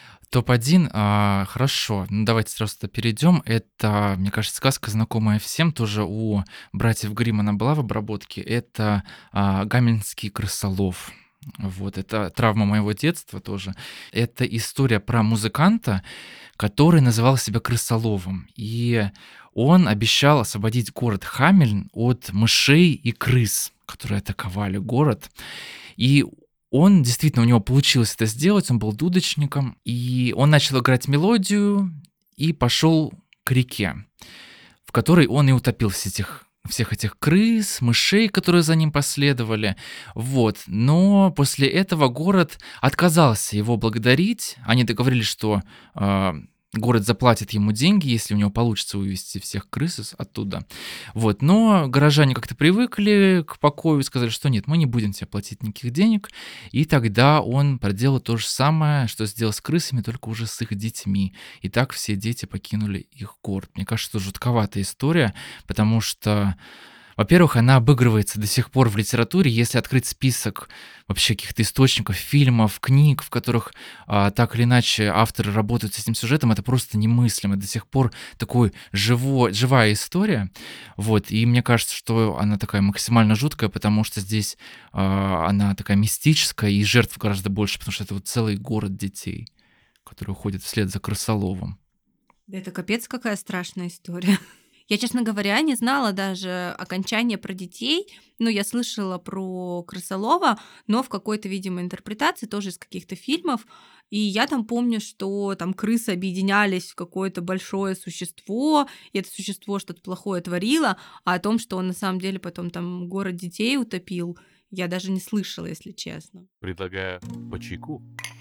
Топ-1, хорошо. Ну, давайте сразу перейдем. Это, мне кажется, сказка, знакомая всем. Тоже у братьев Гримм она была в обработке. Это Гамельнский крысолов. Вот, это травма моего детства тоже. Это история про музыканта, который называл себя крысоловом. И он обещал освободить город Хамельн от мышей и крыс, которые атаковали город. И он, действительно, у него получилось это сделать, он был дудочником, и он начал играть мелодию и пошел к реке, в которой он и утопил всех этих крыс, мышей, которые за ним последовали. Вот. Но после этого город отказался его благодарить. Они договорились, что город заплатит ему деньги, если у него получится вывести всех крыс оттуда. Вот. Но горожане как-то привыкли к покою и сказали, что нет, мы не будем тебе платить никаких денег. И тогда он проделал то же самое, что сделал с крысами, только уже с их детьми. И так все дети покинули их город. Мне кажется, это жутковатая история, потому что, во-первых, она обыгрывается до сих пор в литературе. Если открыть список вообще каких-то источников, фильмов, книг, в которых так или иначе авторы работают с этим сюжетом, это просто немыслимо. До сих пор такой живая история. Вот. И мне кажется, что она такая максимально жуткая, потому что здесь она такая мистическая, и жертв гораздо больше, потому что это вот целый город детей, которые уходят вслед за крысоловом. Да это капец какая страшная история. Я, честно говоря, не знала даже окончания про детей. Ну, я слышала про крысолова, но в какой-то, видимо, интерпретации, тоже из каких-то фильмов. И я там помню, что там крысы объединялись в какое-то большое существо, и это существо что-то плохое творило, а о том, что он на самом деле потом там город детей утопил, я даже не слышала, если честно. Предлагаю по чайку.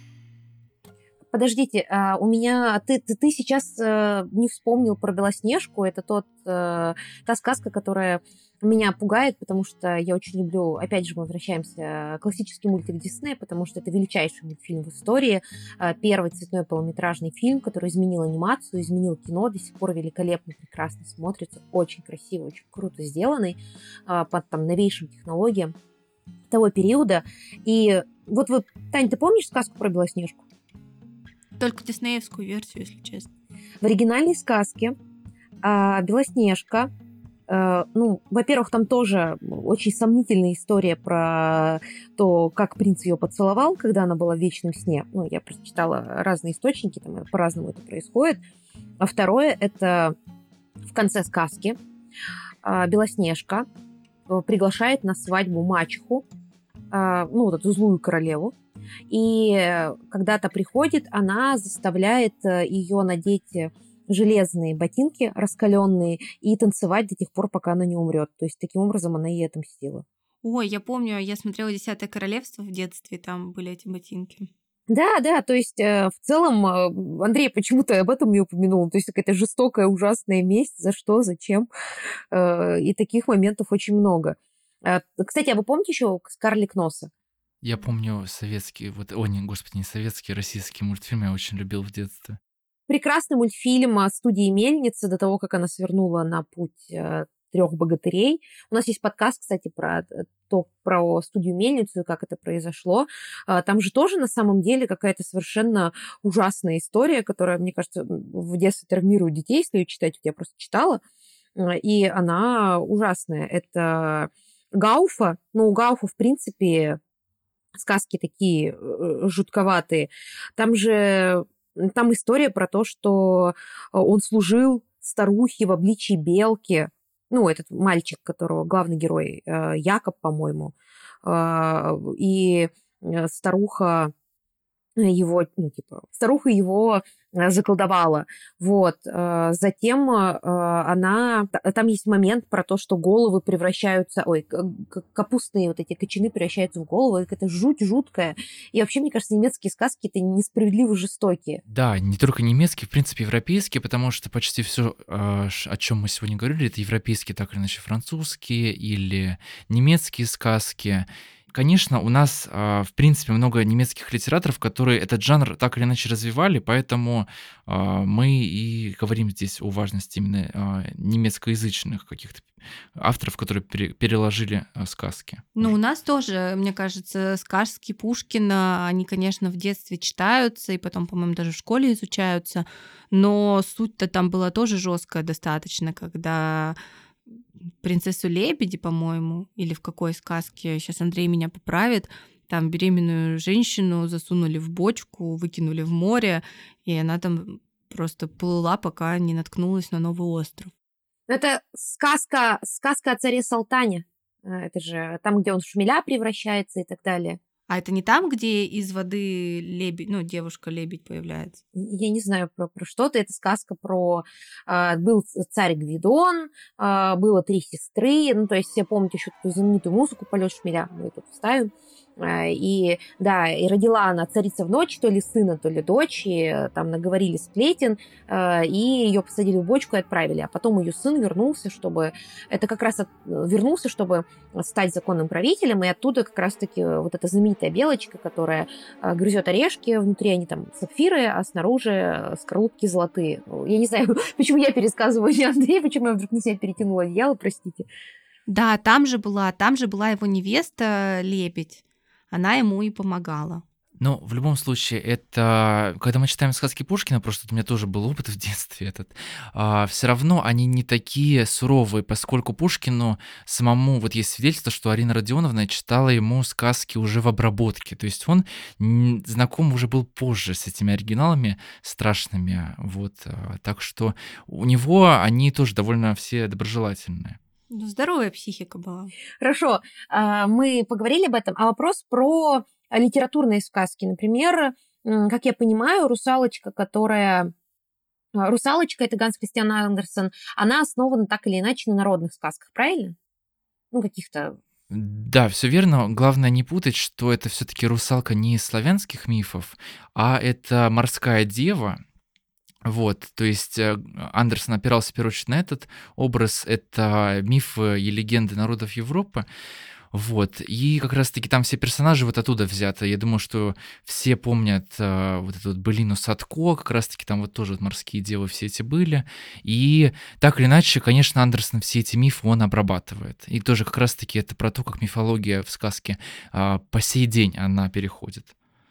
Подождите, у меня ты сейчас не вспомнил про Белоснежку. Это та сказка, которая меня пугает, потому что я очень люблю, опять же, мы возвращаемся к классический мультик Диснея, потому что это величайший мультфильм в истории. Первый цветной полнометражный фильм, который изменил анимацию, изменил кино, до сих пор великолепно, прекрасно смотрится, очень красиво, очень круто сделанный, под там новейшим технологиям того периода. И вот, Тань, ты помнишь сказку про Белоснежку? Только диснеевскую версию, если честно. В оригинальной сказке Белоснежка, во-первых, там тоже очень сомнительная история про то, как принц ее поцеловал, когда она была в вечном сне. Ну, я прочитала разные источники, там по-разному это происходит. А второе, это в конце сказки Белоснежка приглашает на свадьбу мачеху, вот эту злую королеву. И когда-то приходит, она заставляет ее надеть железные ботинки раскаленные и танцевать до тех пор, пока она не умрет. То есть таким образом она ей отомстила. Ой, я помню, я смотрела «Десятое королевство» в детстве, там были эти ботинки. Да, то есть в целом Андрей почему-то об этом не упомянул. То есть какая-то жестокая, ужасная месть. За что, зачем? И таких моментов очень много. Кстати, а вы помните еще «Карлик носа»? Я помню советский, не советский, российский мультфильм я очень любил в детстве. Прекрасный мультфильм студии «Мельница» до того, как она свернула на путь трех богатырей. У нас есть подкаст, кстати, про студию «Мельницу» и как это произошло. Там же тоже на самом деле какая-то совершенно ужасная история, которая, мне кажется, в детстве травмирует детей, если ее читать. Вот я просто читала. и она ужасная. Это Гауфа. Ну, у Гауфа, в принципе, сказки такие жутковатые. Там история про то, что он служил старухе в обличии белки. Ну, этот мальчик, которого главный герой, Якоб, по-моему. И старуха старуха его заколдовала. Вот. Затем там есть момент про то, что головы превращаются, капустные вот эти кочаны превращаются в головы, это жуть жуткая. И вообще, мне кажется, немецкие сказки это несправедливо жестокие. Да, не только немецкие, в принципе, европейские, потому что почти все, о чем мы сегодня говорили, это европейские, так или иначе, французские или немецкие сказки. Конечно, у нас, в принципе, много немецких литераторов, которые этот жанр так или иначе развивали, поэтому мы и говорим здесь о важности именно немецкоязычных каких-то авторов, которые переложили сказки. Ну, у нас тоже, мне кажется, сказки Пушкина, они, конечно, в детстве читаются, и потом, по-моему, даже в школе изучаются, но суть-то там была тоже жесткая достаточно, когда принцессу Лебеди, по-моему, или в какой сказке, сейчас Андрей меня поправит, там беременную женщину засунули в бочку, выкинули в море, и она там просто плыла, пока не наткнулась на новый остров. Это сказка о царе Салтане. Это же там, где он в шмеля превращается и так далее. А это не там, где из воды девушка-лебедь появляется? Я не знаю про что-то. Это сказка про... был царь Гвидон, было 3 сестры. Ну, то есть все помните еще такую знаменитую музыку «Полет шмеля». Мы тут вставим. И родила она царица в ночь, то ли сына, то ли дочь, и там наговорили сплетен, и ее посадили в бочку и отправили. А потом ее сын вернулся, чтобы стать законным правителем, и оттуда как раз-таки вот эта знаменитая белочка, которая грызет орешки, внутри они там сапфиры, а снаружи скорлупки золотые. Я не знаю, почему я пересказываю не Андрей, почему я вдруг на себя перетянула одеяло, простите. Да, там же была его невеста Лебедь. Она ему и помогала. Но в любом случае, это, когда мы читаем сказки Пушкина, просто у меня тоже был опыт в детстве все равно они не такие суровые, поскольку Пушкину самому, вот есть свидетельство, что Арина Родионовна читала ему сказки уже в обработке, то есть он знаком уже был позже с этими оригиналами страшными, вот, так что у него они тоже довольно все доброжелательные. Ну, здоровая психика была. Хорошо, мы поговорили об этом. А вопрос про литературные сказки. Например, как я понимаю, «Русалочка», «Русалочка» — это Ганс Христиан Андерсен, она основана так или иначе на народных сказках, правильно? Ну, каких-то... Да, все верно. Главное не путать, что это все-таки русалка не из славянских мифов, а это морская дева. Вот, то есть Андерсон опирался в первую очередь на этот образ, это мифы и легенды народов Европы, вот, и как раз-таки там все персонажи вот оттуда взяты, я думаю, что все помнят вот эту вот былину Садко, как раз-таки там вот тоже вот морские девы все эти были, и так или иначе, конечно, Андерсон все эти мифы он обрабатывает, и тоже как раз-таки это про то, как мифология в сказке по сей день она переходит.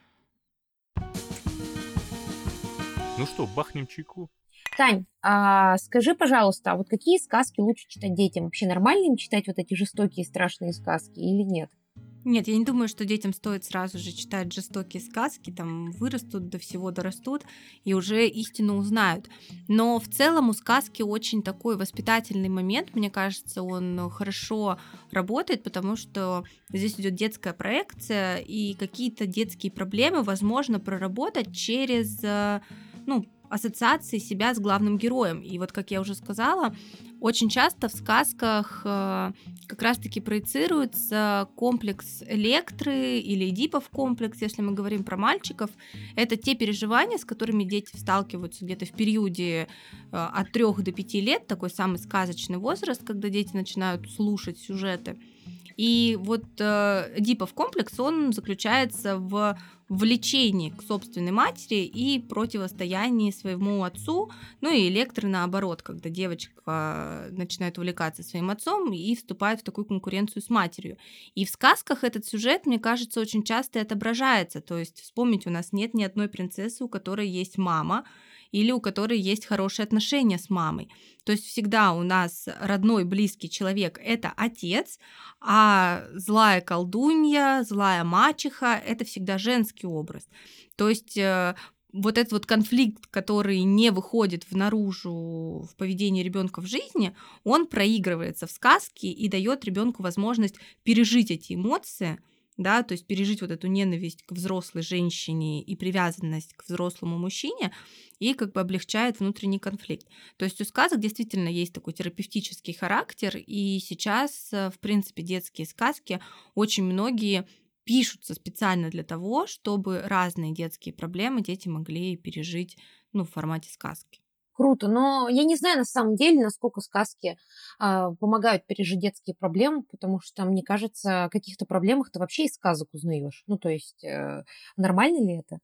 Ну что, бахнем чайку? Тань, скажи, пожалуйста, а вот какие сказки лучше читать детям? Вообще нормально им читать вот эти жестокие страшные сказки или нет? Нет, я не думаю, что детям стоит сразу же читать жестокие сказки, там вырастут, до всего дорастут и уже истину узнают. Но в целом у сказки очень такой воспитательный момент, мне кажется, он хорошо работает, потому что здесь идет детская проекция, и какие-то детские проблемы возможно проработать через, ассоциации себя с главным героем. И вот, как я уже сказала, очень часто в сказках как раз-таки проецируется комплекс Электры или Эдипов комплекс, если мы говорим про мальчиков. Это те переживания, с которыми дети сталкиваются где-то в периоде от 3 до 5 лет, такой самый сказочный возраст, когда дети начинают слушать сюжеты. И вот Эдипов комплекс, он заключается в влечении к собственной матери и противостоянии своему отцу, ну и Электры наоборот, когда девочка начинает увлекаться своим отцом и вступает в такую конкуренцию с матерью. И в сказках этот сюжет, мне кажется, очень часто и отображается, то есть вспомните, у нас нет ни одной принцессы, у которой есть мама, или у которой есть хорошие отношения с мамой. То есть всегда у нас родной, близкий человек — это отец, а злая колдунья, злая мачеха — это всегда женский образ. То есть вот этот вот конфликт, который не выходит наружу в поведении ребенка в жизни, он проигрывается в сказке и дает ребенку возможность пережить эти эмоции, да, то есть пережить вот эту ненависть к взрослой женщине и привязанность к взрослому мужчине, и как бы облегчает внутренний конфликт. То есть у сказок действительно есть такой терапевтический характер, и сейчас, в принципе, детские сказки очень многие пишутся специально для того, чтобы разные детские проблемы дети могли пережить, ну, в формате сказки. Круто, но я не знаю на самом деле, насколько сказки помогают пережить детские проблемы, потому что, мне кажется, о каких-то проблемах ты вообще из сказок узнаешь. Ну, то есть, нормально ли это?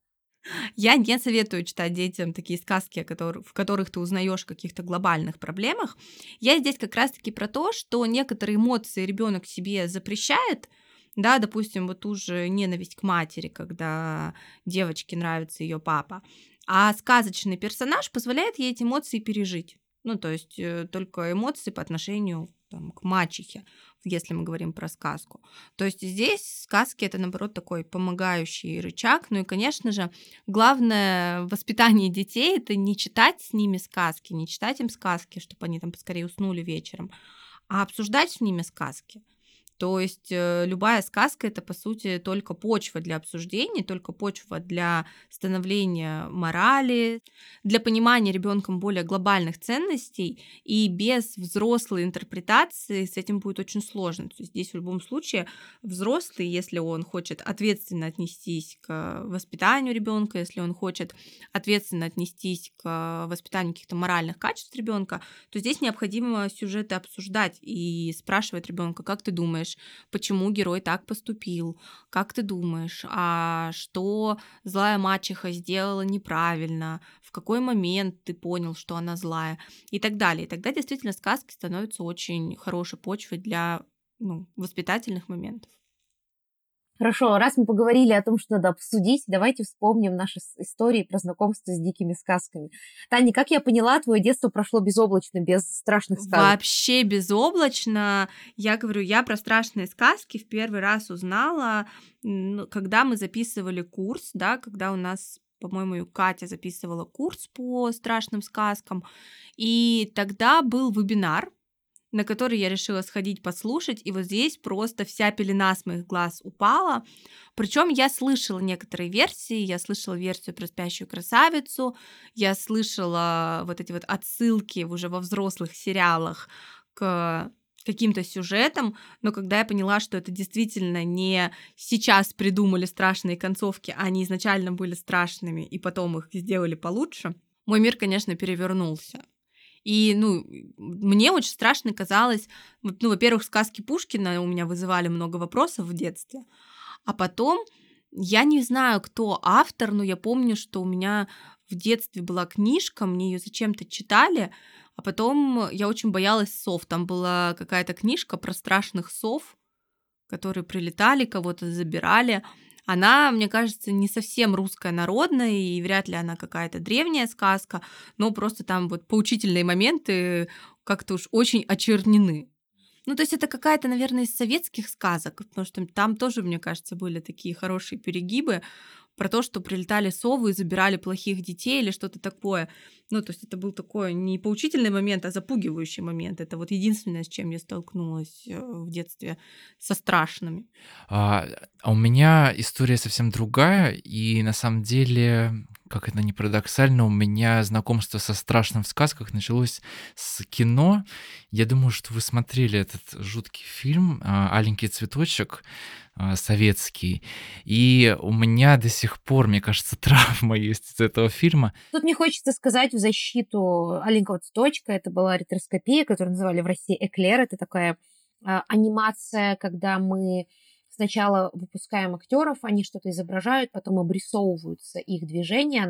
Я не советую читать детям такие сказки, в которых ты узнаешь о каких-то глобальных проблемах. Я здесь как раз-таки про то, что некоторые эмоции ребенок себе запрещает, да, допустим, вот ту же ненависть к матери, когда девочке нравится ее папа, а сказочный персонаж позволяет ей эти эмоции пережить. Ну, то есть только эмоции по отношению там, к мачехе, если мы говорим про сказку. То есть здесь сказки — это, наоборот, такой помогающий рычаг. Ну и, конечно же, главное в воспитании детей — это не читать с ними сказки, не читать им сказки, чтобы они там поскорее уснули вечером, а обсуждать с ними сказки. То есть любая сказка — это, по сути, только почва для обсуждений, только почва для становления морали, для понимания ребенком более глобальных ценностей, и без взрослой интерпретации с этим будет очень сложно. То есть здесь в любом случае взрослый, если он хочет ответственно отнестись к воспитанию ребенка, если он хочет ответственно отнестись к воспитанию каких-то моральных качеств ребенка, то здесь необходимо сюжеты обсуждать и спрашивать ребенка: как ты думаешь, почему герой так поступил? Как ты думаешь, а что злая мачеха сделала неправильно? В какой момент ты понял, что она злая? И так далее. И тогда действительно сказки становятся очень хорошей почвой для, ну, воспитательных моментов. Хорошо, раз мы поговорили о том, что надо обсудить, давайте вспомним наши истории про знакомство с дикими сказками. Таня, как я поняла, твое детство прошло безоблачно, без страшных сказок. Вообще безоблачно. Я говорю, я про страшные сказки в первый раз узнала, когда мы записывали курс, да, когда у нас, по-моему, Катя записывала курс по страшным сказкам, и тогда был вебинар, на который я решила сходить послушать, и вот здесь просто вся пелена с моих глаз упала. Причем я слышала некоторые версии, я слышала версию про спящую красавицу, я слышала вот эти вот отсылки уже во взрослых сериалах к каким-то сюжетам, но когда я поняла, что это действительно не сейчас придумали страшные концовки, а они изначально были страшными, и потом их сделали получше, мой мир, конечно, перевернулся. И, ну, мне очень страшно казалось, ну, во-первых, сказки Пушкина у меня вызывали много вопросов в детстве, а потом, я не знаю, кто автор, но я помню, что у меня в детстве была книжка, мне ее зачем-то читали, а потом я очень боялась сов. Там была какая-то книжка про страшных сов, которые прилетали, кого-то забирали. Она, мне кажется, не совсем русская народная, и вряд ли она какая-то древняя сказка, но просто там вот поучительные моменты как-то уж очень очернены. Ну, то есть это какая-то, наверное, из советских сказок, потому что там тоже, мне кажется, были такие хорошие перегибы про то, что прилетали совы и забирали плохих детей или что-то такое. Ну, то есть это был такой не поучительный момент, а запугивающий момент. Это вот единственное, с чем я столкнулась в детстве со страшными. У меня история совсем другая, и на самом деле, как это ни парадоксально, у меня знакомство со страшным в сказках началось с кино. Я думаю, что вы смотрели этот жуткий фильм «Аленький цветочек», советский, и у меня до сих пор, мне кажется, травма есть из этого фильма. Тут мне хочется сказать в защиту «Аленького цветочка». Это была ретроскопия, которую называли в России «Эклер». Это такая анимация, когда мы сначала выпускаем актеров, они что-то изображают, потом обрисовываются их движения.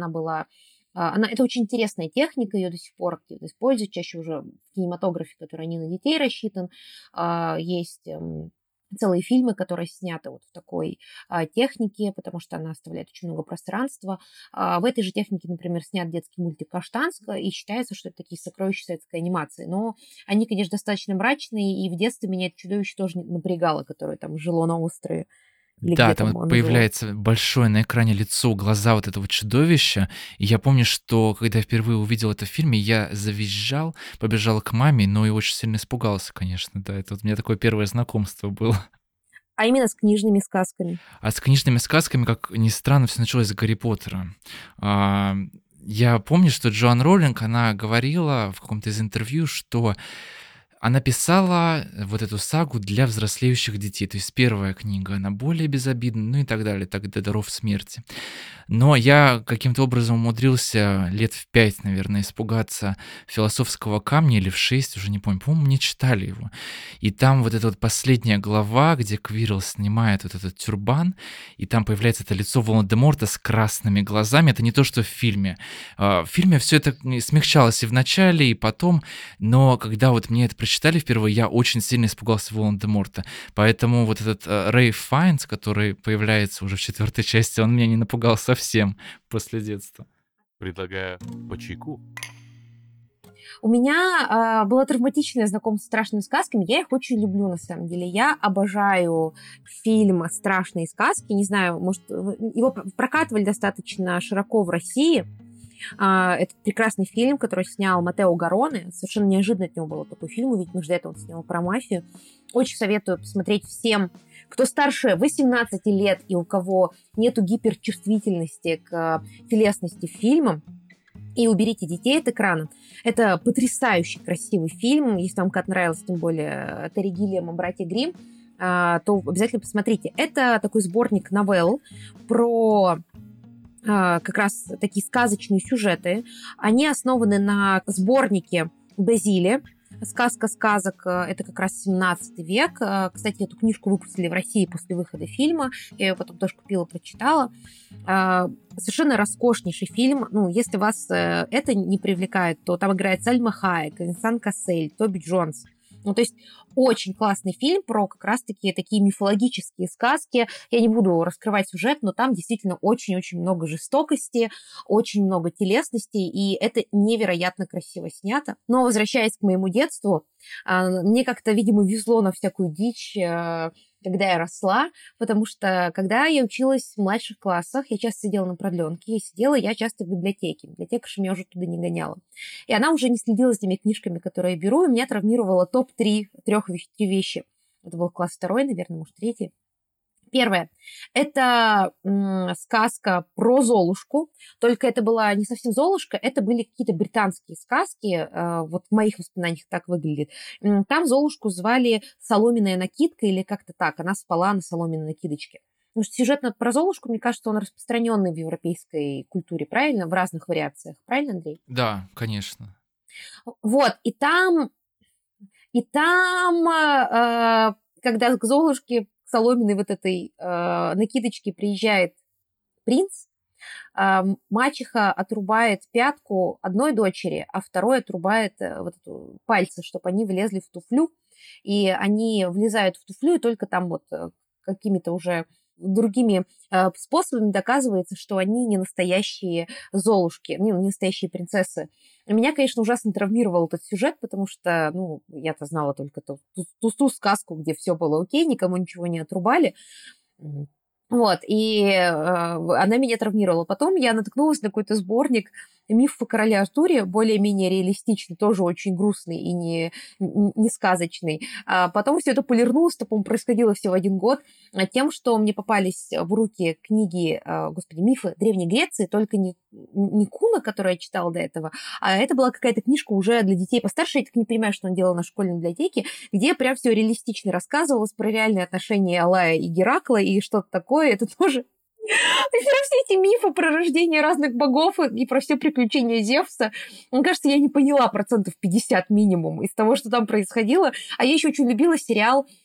Это очень интересная техника, ее до сих пор активно используют, чаще уже в кинематографе, который не на детей рассчитан. Есть целые фильмы, которые сняты вот в такой технике, потому что она оставляет очень много пространства. В этой же технике, например, снят детский мультик «Каштанска», и считается, что это такие сокровища советской анимации. Но они, конечно, достаточно мрачные, и в детстве меня это чудовище тоже напрягало, которое там жило на острове. Или Да, где там там вот оно жило. появляется большое на экране лицо, глаза вот этого чудовища. И я помню, что когда я впервые увидел это в фильме, я завизжал, побежал к маме, но и очень сильно испугался, конечно. Да, это вот у меня такое первое знакомство было. А именно с книжными сказками. А с книжными сказками, как ни странно, все началось с Гарри Поттера. А, Я помню, что Джоан Роулинг, она говорила в каком-то из интервью, что она писала вот эту сагу для взрослеющих детей. То есть первая книга, она более безобидна, ну и так далее, так до даров смерти. Но я каким-то образом умудрился лет в 5, наверное, испугаться «Философского камня» или в 6, уже не помню. По-моему, не читали его. И там вот эта вот последняя глава, где Квирл снимает вот этот тюрбан, и там появляется это лицо Волан-де-Морта с красными глазами. Это не то, что в фильме. В фильме все это смягчалось и в начале, и потом, но когда вот мне это прочитали впервые, я очень сильно испугался Волан-де-Морта. Поэтому вот этот Рэй Файнс, который появляется уже в 4 части, он меня не напугал совсем после детства. Предлагаю по чайку. У меня было травматичное знакомство с страшными сказками. Я их очень люблю, на самом деле. Я обожаю фильм «Страшные сказки». Не знаю, может, его прокатывали достаточно широко в России. Это прекрасный фильм, который снял Матео Гарроне. Совершенно неожиданно от него было такой фильм увидеть. Мы же до этого он снял про мафию. Очень советую посмотреть всем, кто старше 18 лет и у кого нету гиперчувствительности к телесности фильма. И уберите детей от экрана. Это потрясающий красивый фильм. Если вам как нравилось, тем более Терри Гиллиам и братья Гримм, то обязательно посмотрите. Это такой сборник новелл про как раз такие сказочные сюжеты. Они основаны на сборнике Безиле «Сказка сказок». Это как раз 17 век. Кстати, эту книжку выпустили в России после выхода фильма. Я ее потом тоже купила, прочитала. Совершенно роскошнейший фильм. Ну, если вас это не привлекает, то там играет Сальма Хайек, Винсан Кассель, Тоби Джонс. Ну, то есть очень классный фильм про как раз-таки такие мифологические сказки. Я не буду раскрывать сюжет, но там действительно очень-очень много жестокости, очень много телесности, и это невероятно красиво снято. Но возвращаясь к моему детству, мне как-то, видимо, везло на всякую дичь, когда я росла, потому что когда я училась в младших классах, я часто сидела на продленке, и сидела я часто в библиотеке. Библиотекарша меня уже туда не гоняла. И она уже не следила за теми книжками, которые я беру, и меня травмировала топ-3 трех вещи. Это был класс 2, наверное, может, 3. Первое. Это сказка про Золушку. Только это была не совсем Золушка, это были какие-то британские сказки. Вот в моих воспоминаниях так выглядит. Там Золушку звали Соломенная накидка или как-то так. Она спала на соломенной накидочке. Потому что сюжет про Золушку, мне кажется, он распространенный в европейской культуре, правильно? В разных вариациях. Правильно, Андрей? Да, конечно. Вот. И там, когда к Золушке соломенной вот этой накидочке приезжает принц, мачеха отрубает пятку одной дочери, а второй отрубает вот эту пальцы, чтобы они влезли в туфлю, и они влезают в туфлю, и только там вот какими-то уже другими способами доказывается, что они не настоящие Золушки, не настоящие принцессы. Меня, конечно, ужасно травмировал этот сюжет, потому что, ну, я-то знала только ту сказку, где все было окей, никому ничего не отрубали. Вот, и она меня травмировала. Потом я наткнулась на какой-то сборник «Миф о короле Артуре», более-менее реалистичный, тоже очень грустный и не сказочный. А потом все это полирнулось, это, по-моему, происходило все в один год, тем, что мне попались в руки книги, мифы Древней Греции, только не Куна, которую я читала до этого, а это была какая-то книжка уже для детей постарше, я так не понимаю, что он делал на школьной библиотеке, где прям все реалистично рассказывалось про реальные отношения Алая и Геракла и что-то такое. Это тоже... Все эти мифы про рождение разных богов и про все приключения Зевса, мне кажется, я не поняла 50% минимум из того, что там происходило. А я еще очень любила сериал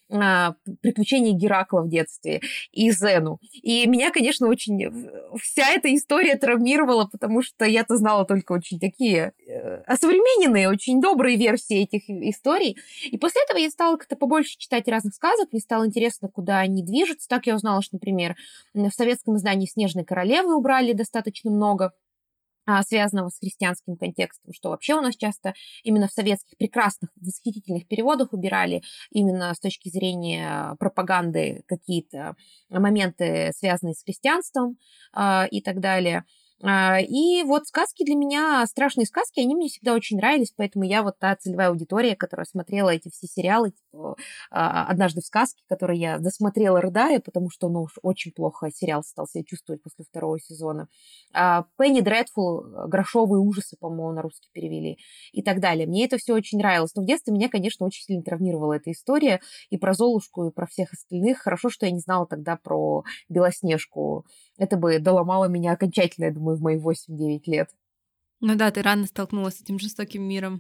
приключения Геракла в детстве и Зену. И меня, конечно, очень вся эта история травмировала, потому что я-то знала только очень такие осовремененные, очень добрые версии этих историй. И после этого я стала как-то побольше читать разных сказок, мне стало интересно, куда они движутся. Так я узнала, что, например, в советском издании «Снежной королевы» убрали достаточно много связанного с христианским контекстом, что вообще у нас часто именно в советских прекрасных, восхитительных переводах убирали именно с точки зрения пропаганды какие-то моменты, связанные с христианством и так далее. И вот сказки для меня, страшные сказки, они мне всегда очень нравились, поэтому я вот та целевая аудитория, которая смотрела эти все сериалы, типа «Однажды в сказке», который я досмотрела, рыдая, потому что, ну, уж очень плохо сериал стал себя чувствовать после 2-го сезона. Пенни Дредфул, «Грошовые ужасы», по-моему, на русский перевели, и так далее. Мне это все очень нравилось. Но в детстве меня, конечно, очень сильно травмировала эта история и про Золушку, и про всех остальных. Хорошо, что я не знала тогда про Белоснежку. Это бы доломало меня окончательно, я думаю, в мои 8-9 лет. Ну да, ты рано столкнулась с этим жестоким миром.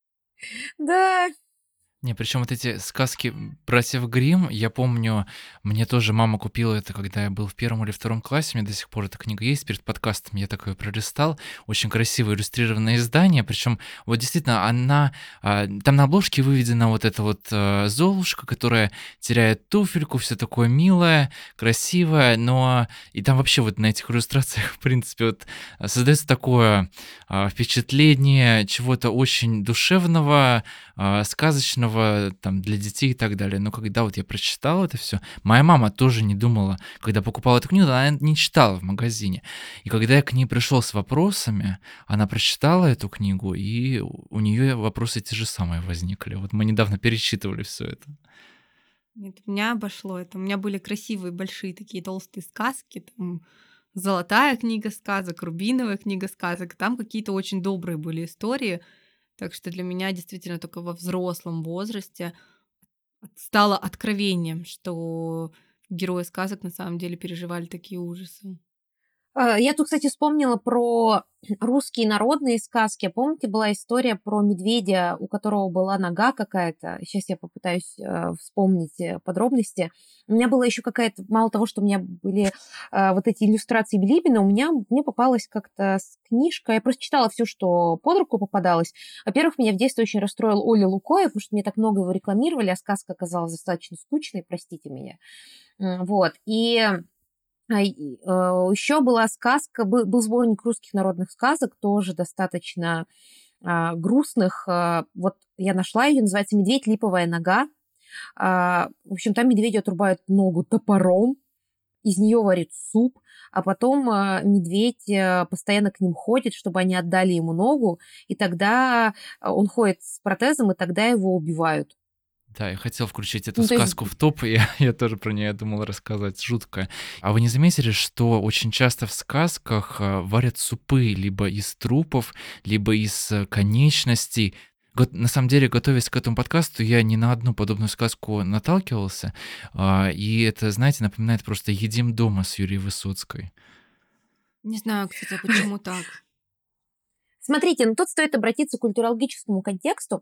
Да. Не, причем вот эти сказки братьев Гримм, я помню, мне тоже мама купила это, когда я был в 1 или 2 классе, у меня до сих пор эта книга есть, перед подкастом я такое пролистал, очень красивое иллюстрированное издание, причем вот действительно она, там на обложке выведена вот эта вот Золушка, которая теряет туфельку, все такое милое, красивое, но и там вообще вот на этих иллюстрациях, в принципе, вот создается такое впечатление чего-то очень душевного, сказочного, там, для детей и так далее. Но когда вот я прочитал это все, моя мама тоже не думала, когда покупала эту книгу, она не читала в магазине. И когда я к ней пришел с вопросами, она прочитала эту книгу, и у нее вопросы те же самые возникли. Вот мы недавно перечитывали все это. Нет, меня обошло это. У меня были красивые, большие такие толстые сказки, там золотая книга сказок, рубиновая книга сказок. Там какие-то очень добрые были истории. Так что для меня действительно только во взрослом возрасте стало откровением, что герои сказок на самом деле переживали такие ужасы. Я тут, кстати, вспомнила про русские народные сказки. Помните, была история про медведя, у которого была нога какая-то? Сейчас я попытаюсь вспомнить подробности. У меня была еще какая-то, мало того, что у меня были вот эти иллюстрации Билибина, мне попалась как-то книжка. Я просто читала все, что под руку попадалось. Во-первых, меня в детстве очень расстроил Оля Лукоев, потому что мне так много его рекламировали, а сказка оказалась достаточно скучной, простите меня. Вот. И еще была сказка, был сборник русских народных сказок, тоже достаточно грустных. Вот я нашла ее, называется «Медведь. Липовая нога». В общем, там медведю отрубают ногу топором, из нее варят суп, а потом медведь постоянно к ним ходит, чтобы они отдали ему ногу, и тогда он ходит с протезом, и тогда его убивают. Да, я хотел включить эту сказку в топ, и я тоже про нее думал рассказать, жуткая. А вы не заметили, что очень часто в сказках варят супы либо из трупов, либо из конечностей? На самом деле, готовясь к этому подкасту, я ни на одну подобную сказку наталкивался, и это, знаете, напоминает просто «Едим дома» с Юлией Высоцкой. Не знаю, кстати, почему так. Смотрите, тут стоит обратиться к культурологическому контексту.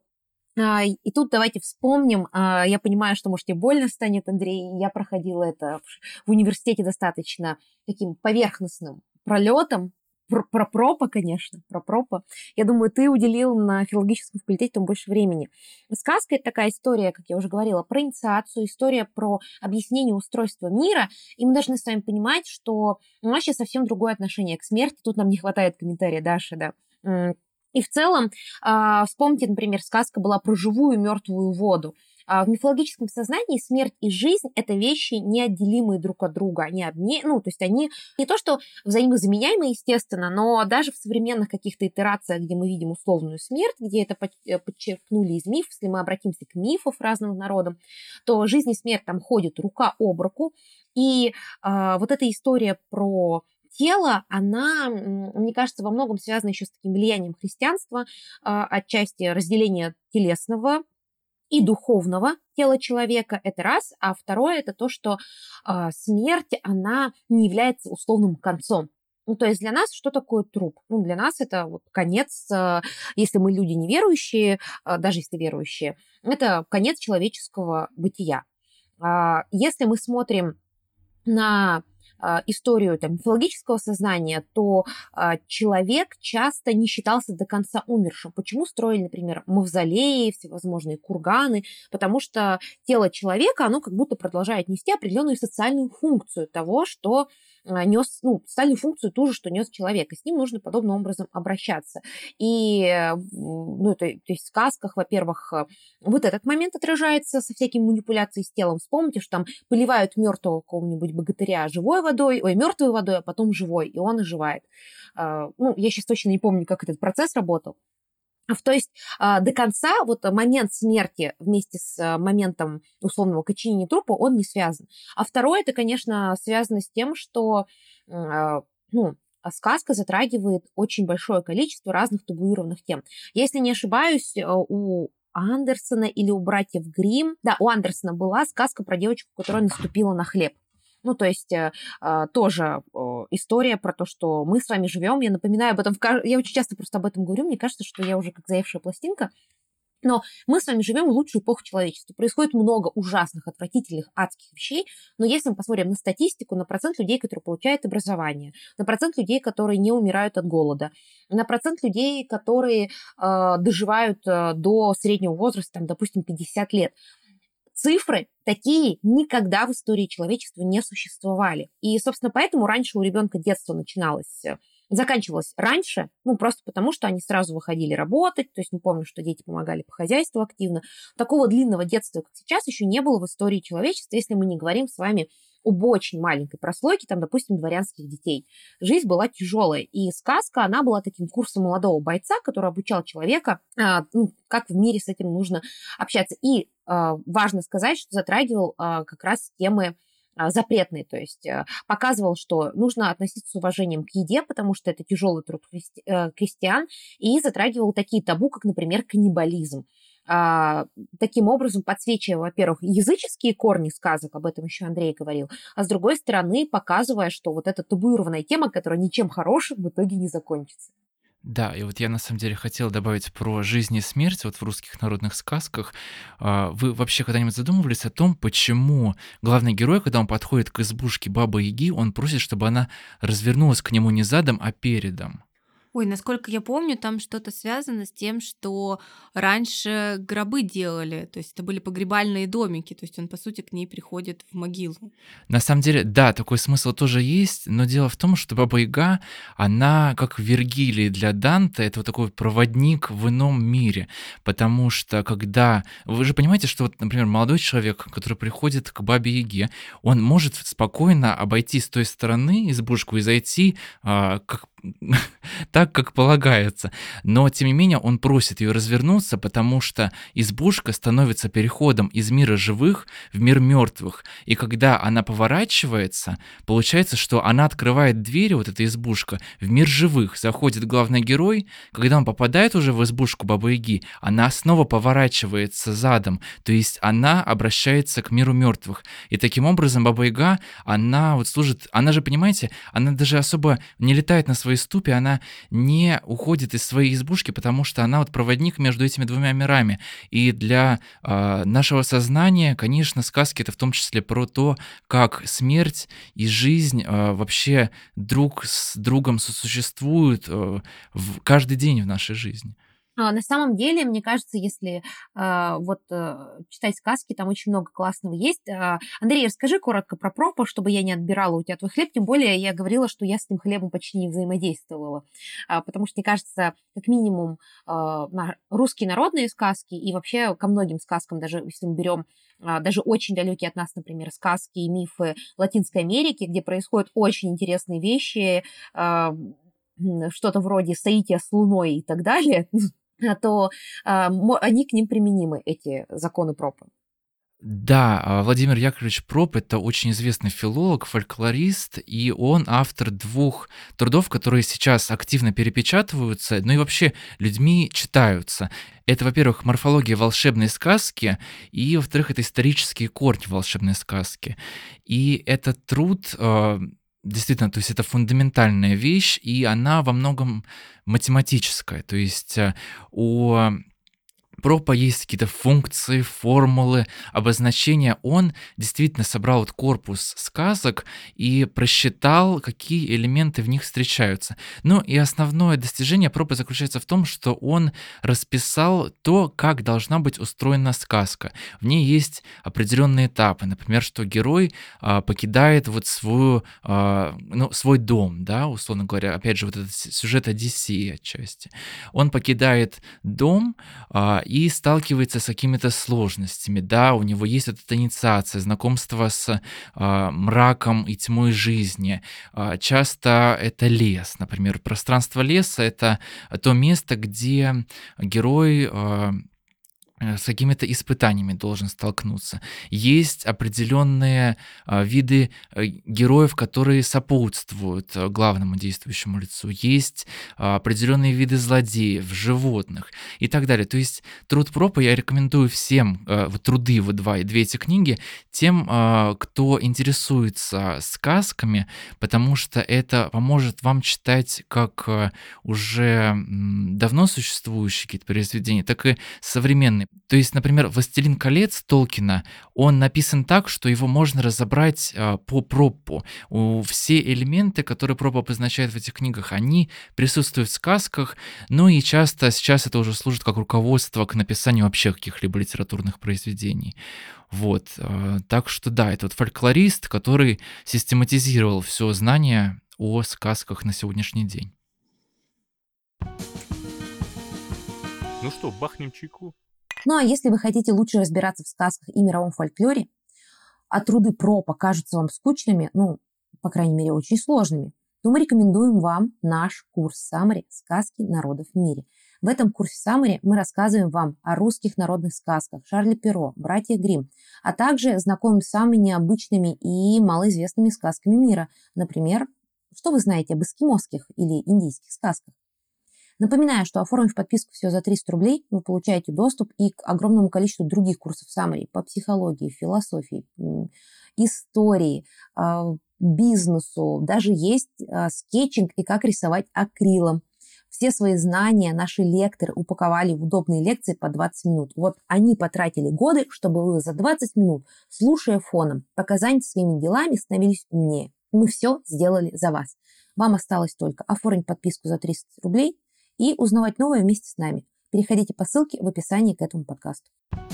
И тут давайте вспомним, я понимаю, что, может, тебе больно станет, Андрей, я проходила это в университете достаточно таким поверхностным пролетом, про пропа, конечно, про пропа. Я думаю, ты уделил на филологическом факультете там больше времени. Сказка – это такая история, как я уже говорила, про инициацию, история про объяснение устройства мира, и мы должны с вами понимать, что у нас сейчас совсем другое отношение к смерти, тут нам не хватает комментария Даши, да. И в целом, вспомните, например, сказка была про живую и мертвую воду. В мифологическом сознании смерть и жизнь – это вещи неотделимые друг от друга. Они то есть они не то что взаимозаменяемые, естественно, но даже в современных каких-то итерациях, где мы видим условную смерть, где это подчеркнули из мифов, если мы обратимся к мифам разным народам, то жизнь и смерть там ходят рука об руку. И вот эта история про тело, она, мне кажется, во многом связана еще с таким влиянием христианства, отчасти разделения телесного и духовного тела человека, это раз, а второе, это то, что смерть, она не является условным концом. То есть для нас что такое труп? Для нас это вот конец, если мы люди неверующие, даже если верующие, это конец человеческого бытия. Если мы смотрим на историю мифологического сознания, то человек часто не считался до конца умершим. Почему строили, например, мавзолеи, всевозможные курганы? Потому что тело человека, оно как будто продолжает нести определенную социальную функцию того, что нес, социальную функцию ту же, что нес человек, и с ним нужно подобным образом обращаться. И, то есть в сказках, во-первых, вот этот момент отражается со всякими манипуляциями с телом. Вспомните, что там поливают мертвого какого-нибудь богатыря мертвой водой, а потом живой, и он оживает. Я сейчас точно не помню, как этот процесс работал. То есть до конца момент смерти вместе с моментом условного коченения трупа, он не связан. А второе, это, конечно, связано с тем, что сказка затрагивает очень большое количество разных табуированных тем. Если не ошибаюсь, у Андерсона или у братьев Гримм, да, у Андерсона была сказка про девочку, которая наступила на хлеб. То есть тоже история про то, что мы с вами живем. Я напоминаю об этом, я очень часто просто об этом говорю, мне кажется, что я уже как заевшая пластинка. Но мы с вами живем в лучшую эпоху человечества. Происходит много ужасных, отвратительных, адских вещей, но если мы посмотрим на статистику, на процент людей, которые получают образование, на процент людей, которые не умирают от голода, на процент людей, которые доживают до среднего возраста, допустим, 50 лет, цифры такие никогда в истории человечества не существовали. И, собственно, поэтому раньше у ребенка детство заканчивалось раньше, просто потому, что они сразу выходили работать, то есть мы помним, что дети помогали по хозяйству активно. Такого длинного детства, как сейчас, еще не было в истории человечества, если мы не говорим с вами об очень маленькой прослойке, допустим, дворянских детей. Жизнь была тяжелая, и сказка, она была таким курсом молодого бойца, который обучал человека, как в мире с этим нужно общаться. И важно сказать, что затрагивал как раз темы запретные, то есть показывал, что нужно относиться с уважением к еде, потому что это тяжелый труд крестьян, и затрагивал такие табу, как, например, каннибализм. Таким образом, подсвечивая, во-первых, языческие корни сказок, об этом еще Андрей говорил, а с другой стороны, показывая, что вот эта табуированная тема, которая ничем хорошим в итоге не закончится. Да, и я на самом деле хотел добавить про жизнь и смерть в русских народных сказках. Вы вообще когда-нибудь задумывались о том, почему главный герой, когда он подходит к избушке Бабы-Яги, он просит, чтобы она развернулась к нему не задом, а передом? Ой, насколько я помню, там что-то связано с тем, что раньше гробы делали, то есть это были погребальные домики, то есть он, по сути, к ней приходит в могилу. На самом деле, да, такой смысл тоже есть, но дело в том, что Баба-Яга, она, как Вергилий для Данте, это такой проводник в ином мире, потому что когда... Вы же понимаете, что, например, молодой человек, который приходит к Бабе-Яге, он может спокойно обойти с той стороны избушку и зайти так, как полагается. Но, тем не менее, он просит ее развернуться, потому что избушка становится переходом из мира живых в мир мертвых. И когда она поворачивается, получается, что она открывает двери, эта избушка, в мир живых. Заходит главный герой, когда он попадает уже в избушку Бабы-Яги, она снова поворачивается задом, то есть она обращается к миру мертвых. И таким образом Баба-Яга, она служит, она же, понимаете, она даже особо не летает на своей ступе, она не уходит из своей избушки, потому что она проводник между этими двумя мирами. И для нашего сознания, конечно, сказки это в том числе про то, как смерть и жизнь вообще друг с другом сосуществуют каждый день в нашей жизни. На самом деле, мне кажется, если читать сказки, там очень много классного есть. Андрей, расскажи коротко про пропа, чтобы я не отбирала у тебя твой хлеб. Тем более я говорила, что я с этим хлебом почти не взаимодействовала. Потому что, мне кажется, как минимум русские народные сказки и вообще ко многим сказкам, даже если мы берем даже очень далекие от нас, например, сказки и мифы Латинской Америки, где происходят очень интересные вещи, что-то вроде соития с Луной и так далее, то они к ним применимы, эти законы пропа. Да, Владимир Яковлевич Проп — это очень известный филолог, фольклорист, и он автор 2 трудов, которые сейчас активно перепечатываются, ну и вообще людьми читаются. Это, во-первых, морфология волшебной сказки, и, во-вторых, это исторические корни волшебной сказки. И этот труд... Действительно, то есть это фундаментальная вещь, и она во многом математическая. То есть у Пропа есть какие-то функции, формулы, обозначения. Он действительно собрал вот корпус сказок и просчитал, какие элементы в них встречаются. Ну и основное достижение Пропы заключается в том, что он расписал то, как должна быть устроена сказка. В ней есть определенные этапы. Например, что герой покидает вот свой дом, да, условно говоря. Опять же, вот этот сюжет Одиссеи отчасти. Он покидает дом и сталкивается с какими-то сложностями, да, у него есть вот эта инициация, знакомство с мраком и тьмой жизни. Часто это лес, например. Пространство леса — это то место, где герой с какими-то испытаниями должен столкнуться. Есть определенные виды героев, которые сопутствуют главному действующему лицу. Есть определенные виды злодеев, животных и так далее. То есть труд Пропы я рекомендую всем, труды, две эти книги, тем, кто интересуется сказками, потому что это поможет вам читать как уже давно существующие какие-то произведения, так и современные. То есть, например, «Властелин колец» Толкина, он написан так, что его можно разобрать по Пропу. Все элементы, которые Пропа обозначает в этих книгах, они присутствуют в сказках, ну и часто сейчас это уже служит как руководство к написанию вообще каких-либо литературных произведений. Вот, так что да, это вот фольклорист, который систематизировал все знание о сказках на сегодняшний день. Ну что, бахнем чайку? Ну а если вы хотите лучше разбираться в сказках и мировом фольклоре, а труды Пропа кажутся вам скучными, ну, по крайней мере, очень сложными, то мы рекомендуем вам наш курс Summary «Сказки народов в мире». В этом курсе Summary мы рассказываем вам о русских народных сказках, Шарле Перро, братьях Гримм, а также знакомим с самыми необычными и малоизвестными сказками мира. Например, что вы знаете об эскимосских или индийских сказках? Напоминаю, что оформив подписку всего за 300 рублей, вы получаете доступ и к огромному количеству других курсов Summary по психологии, философии, истории, бизнесу. Даже есть скетчинг и как рисовать акрилом. Все свои знания наши лекторы упаковали в удобные лекции по 20 минут. Вот они потратили годы, чтобы вы за 20 минут, слушая фоном, пока заняты своими делами, становились умнее. Мы все сделали за вас. Вам осталось только оформить подписку за 300 рублей и узнавать новое вместе с нами. Переходите по ссылке в описании к этому подкасту.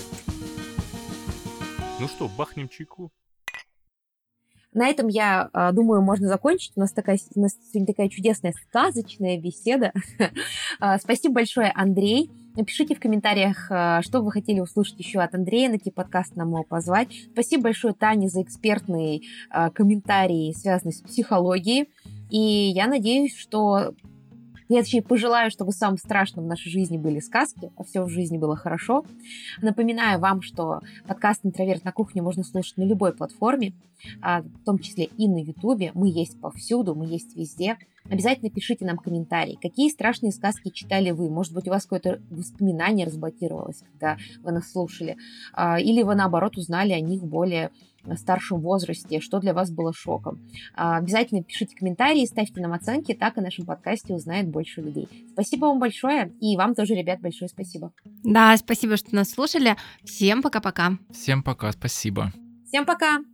Ну что, бахнем чайку? На этом, я думаю, можно закончить. У нас сегодня такая чудесная сказочная беседа. Спасибо большое, Андрей. Напишите в комментариях, что вы хотели услышать еще от Андрея, на какие подкасты нам его позвать. Спасибо большое, Тане, за экспертные комментарии, связанные с психологией. И я надеюсь, что... Я, точнее, пожелаю, чтобы самым страшным в нашей жизни были сказки, а все в жизни было хорошо. Напоминаю вам, что подкаст «Интроверт на кухне» можно слушать на любой платформе, в том числе и на Ютубе. Мы есть повсюду, мы есть везде. Обязательно пишите нам комментарии, какие страшные сказки читали вы. Может быть, у вас какое-то воспоминание разблокировалось, когда вы нас слушали. Или вы, наоборот, узнали о них в более старшем возрасте, что для вас было шоком. Обязательно пишите комментарии, ставьте нам оценки, так о нашем подкасте узнает больше людей. Спасибо вам большое, и вам тоже, ребят, большое спасибо. Да, спасибо, что нас слушали. Всем пока-пока. Всем пока, спасибо. Всем пока!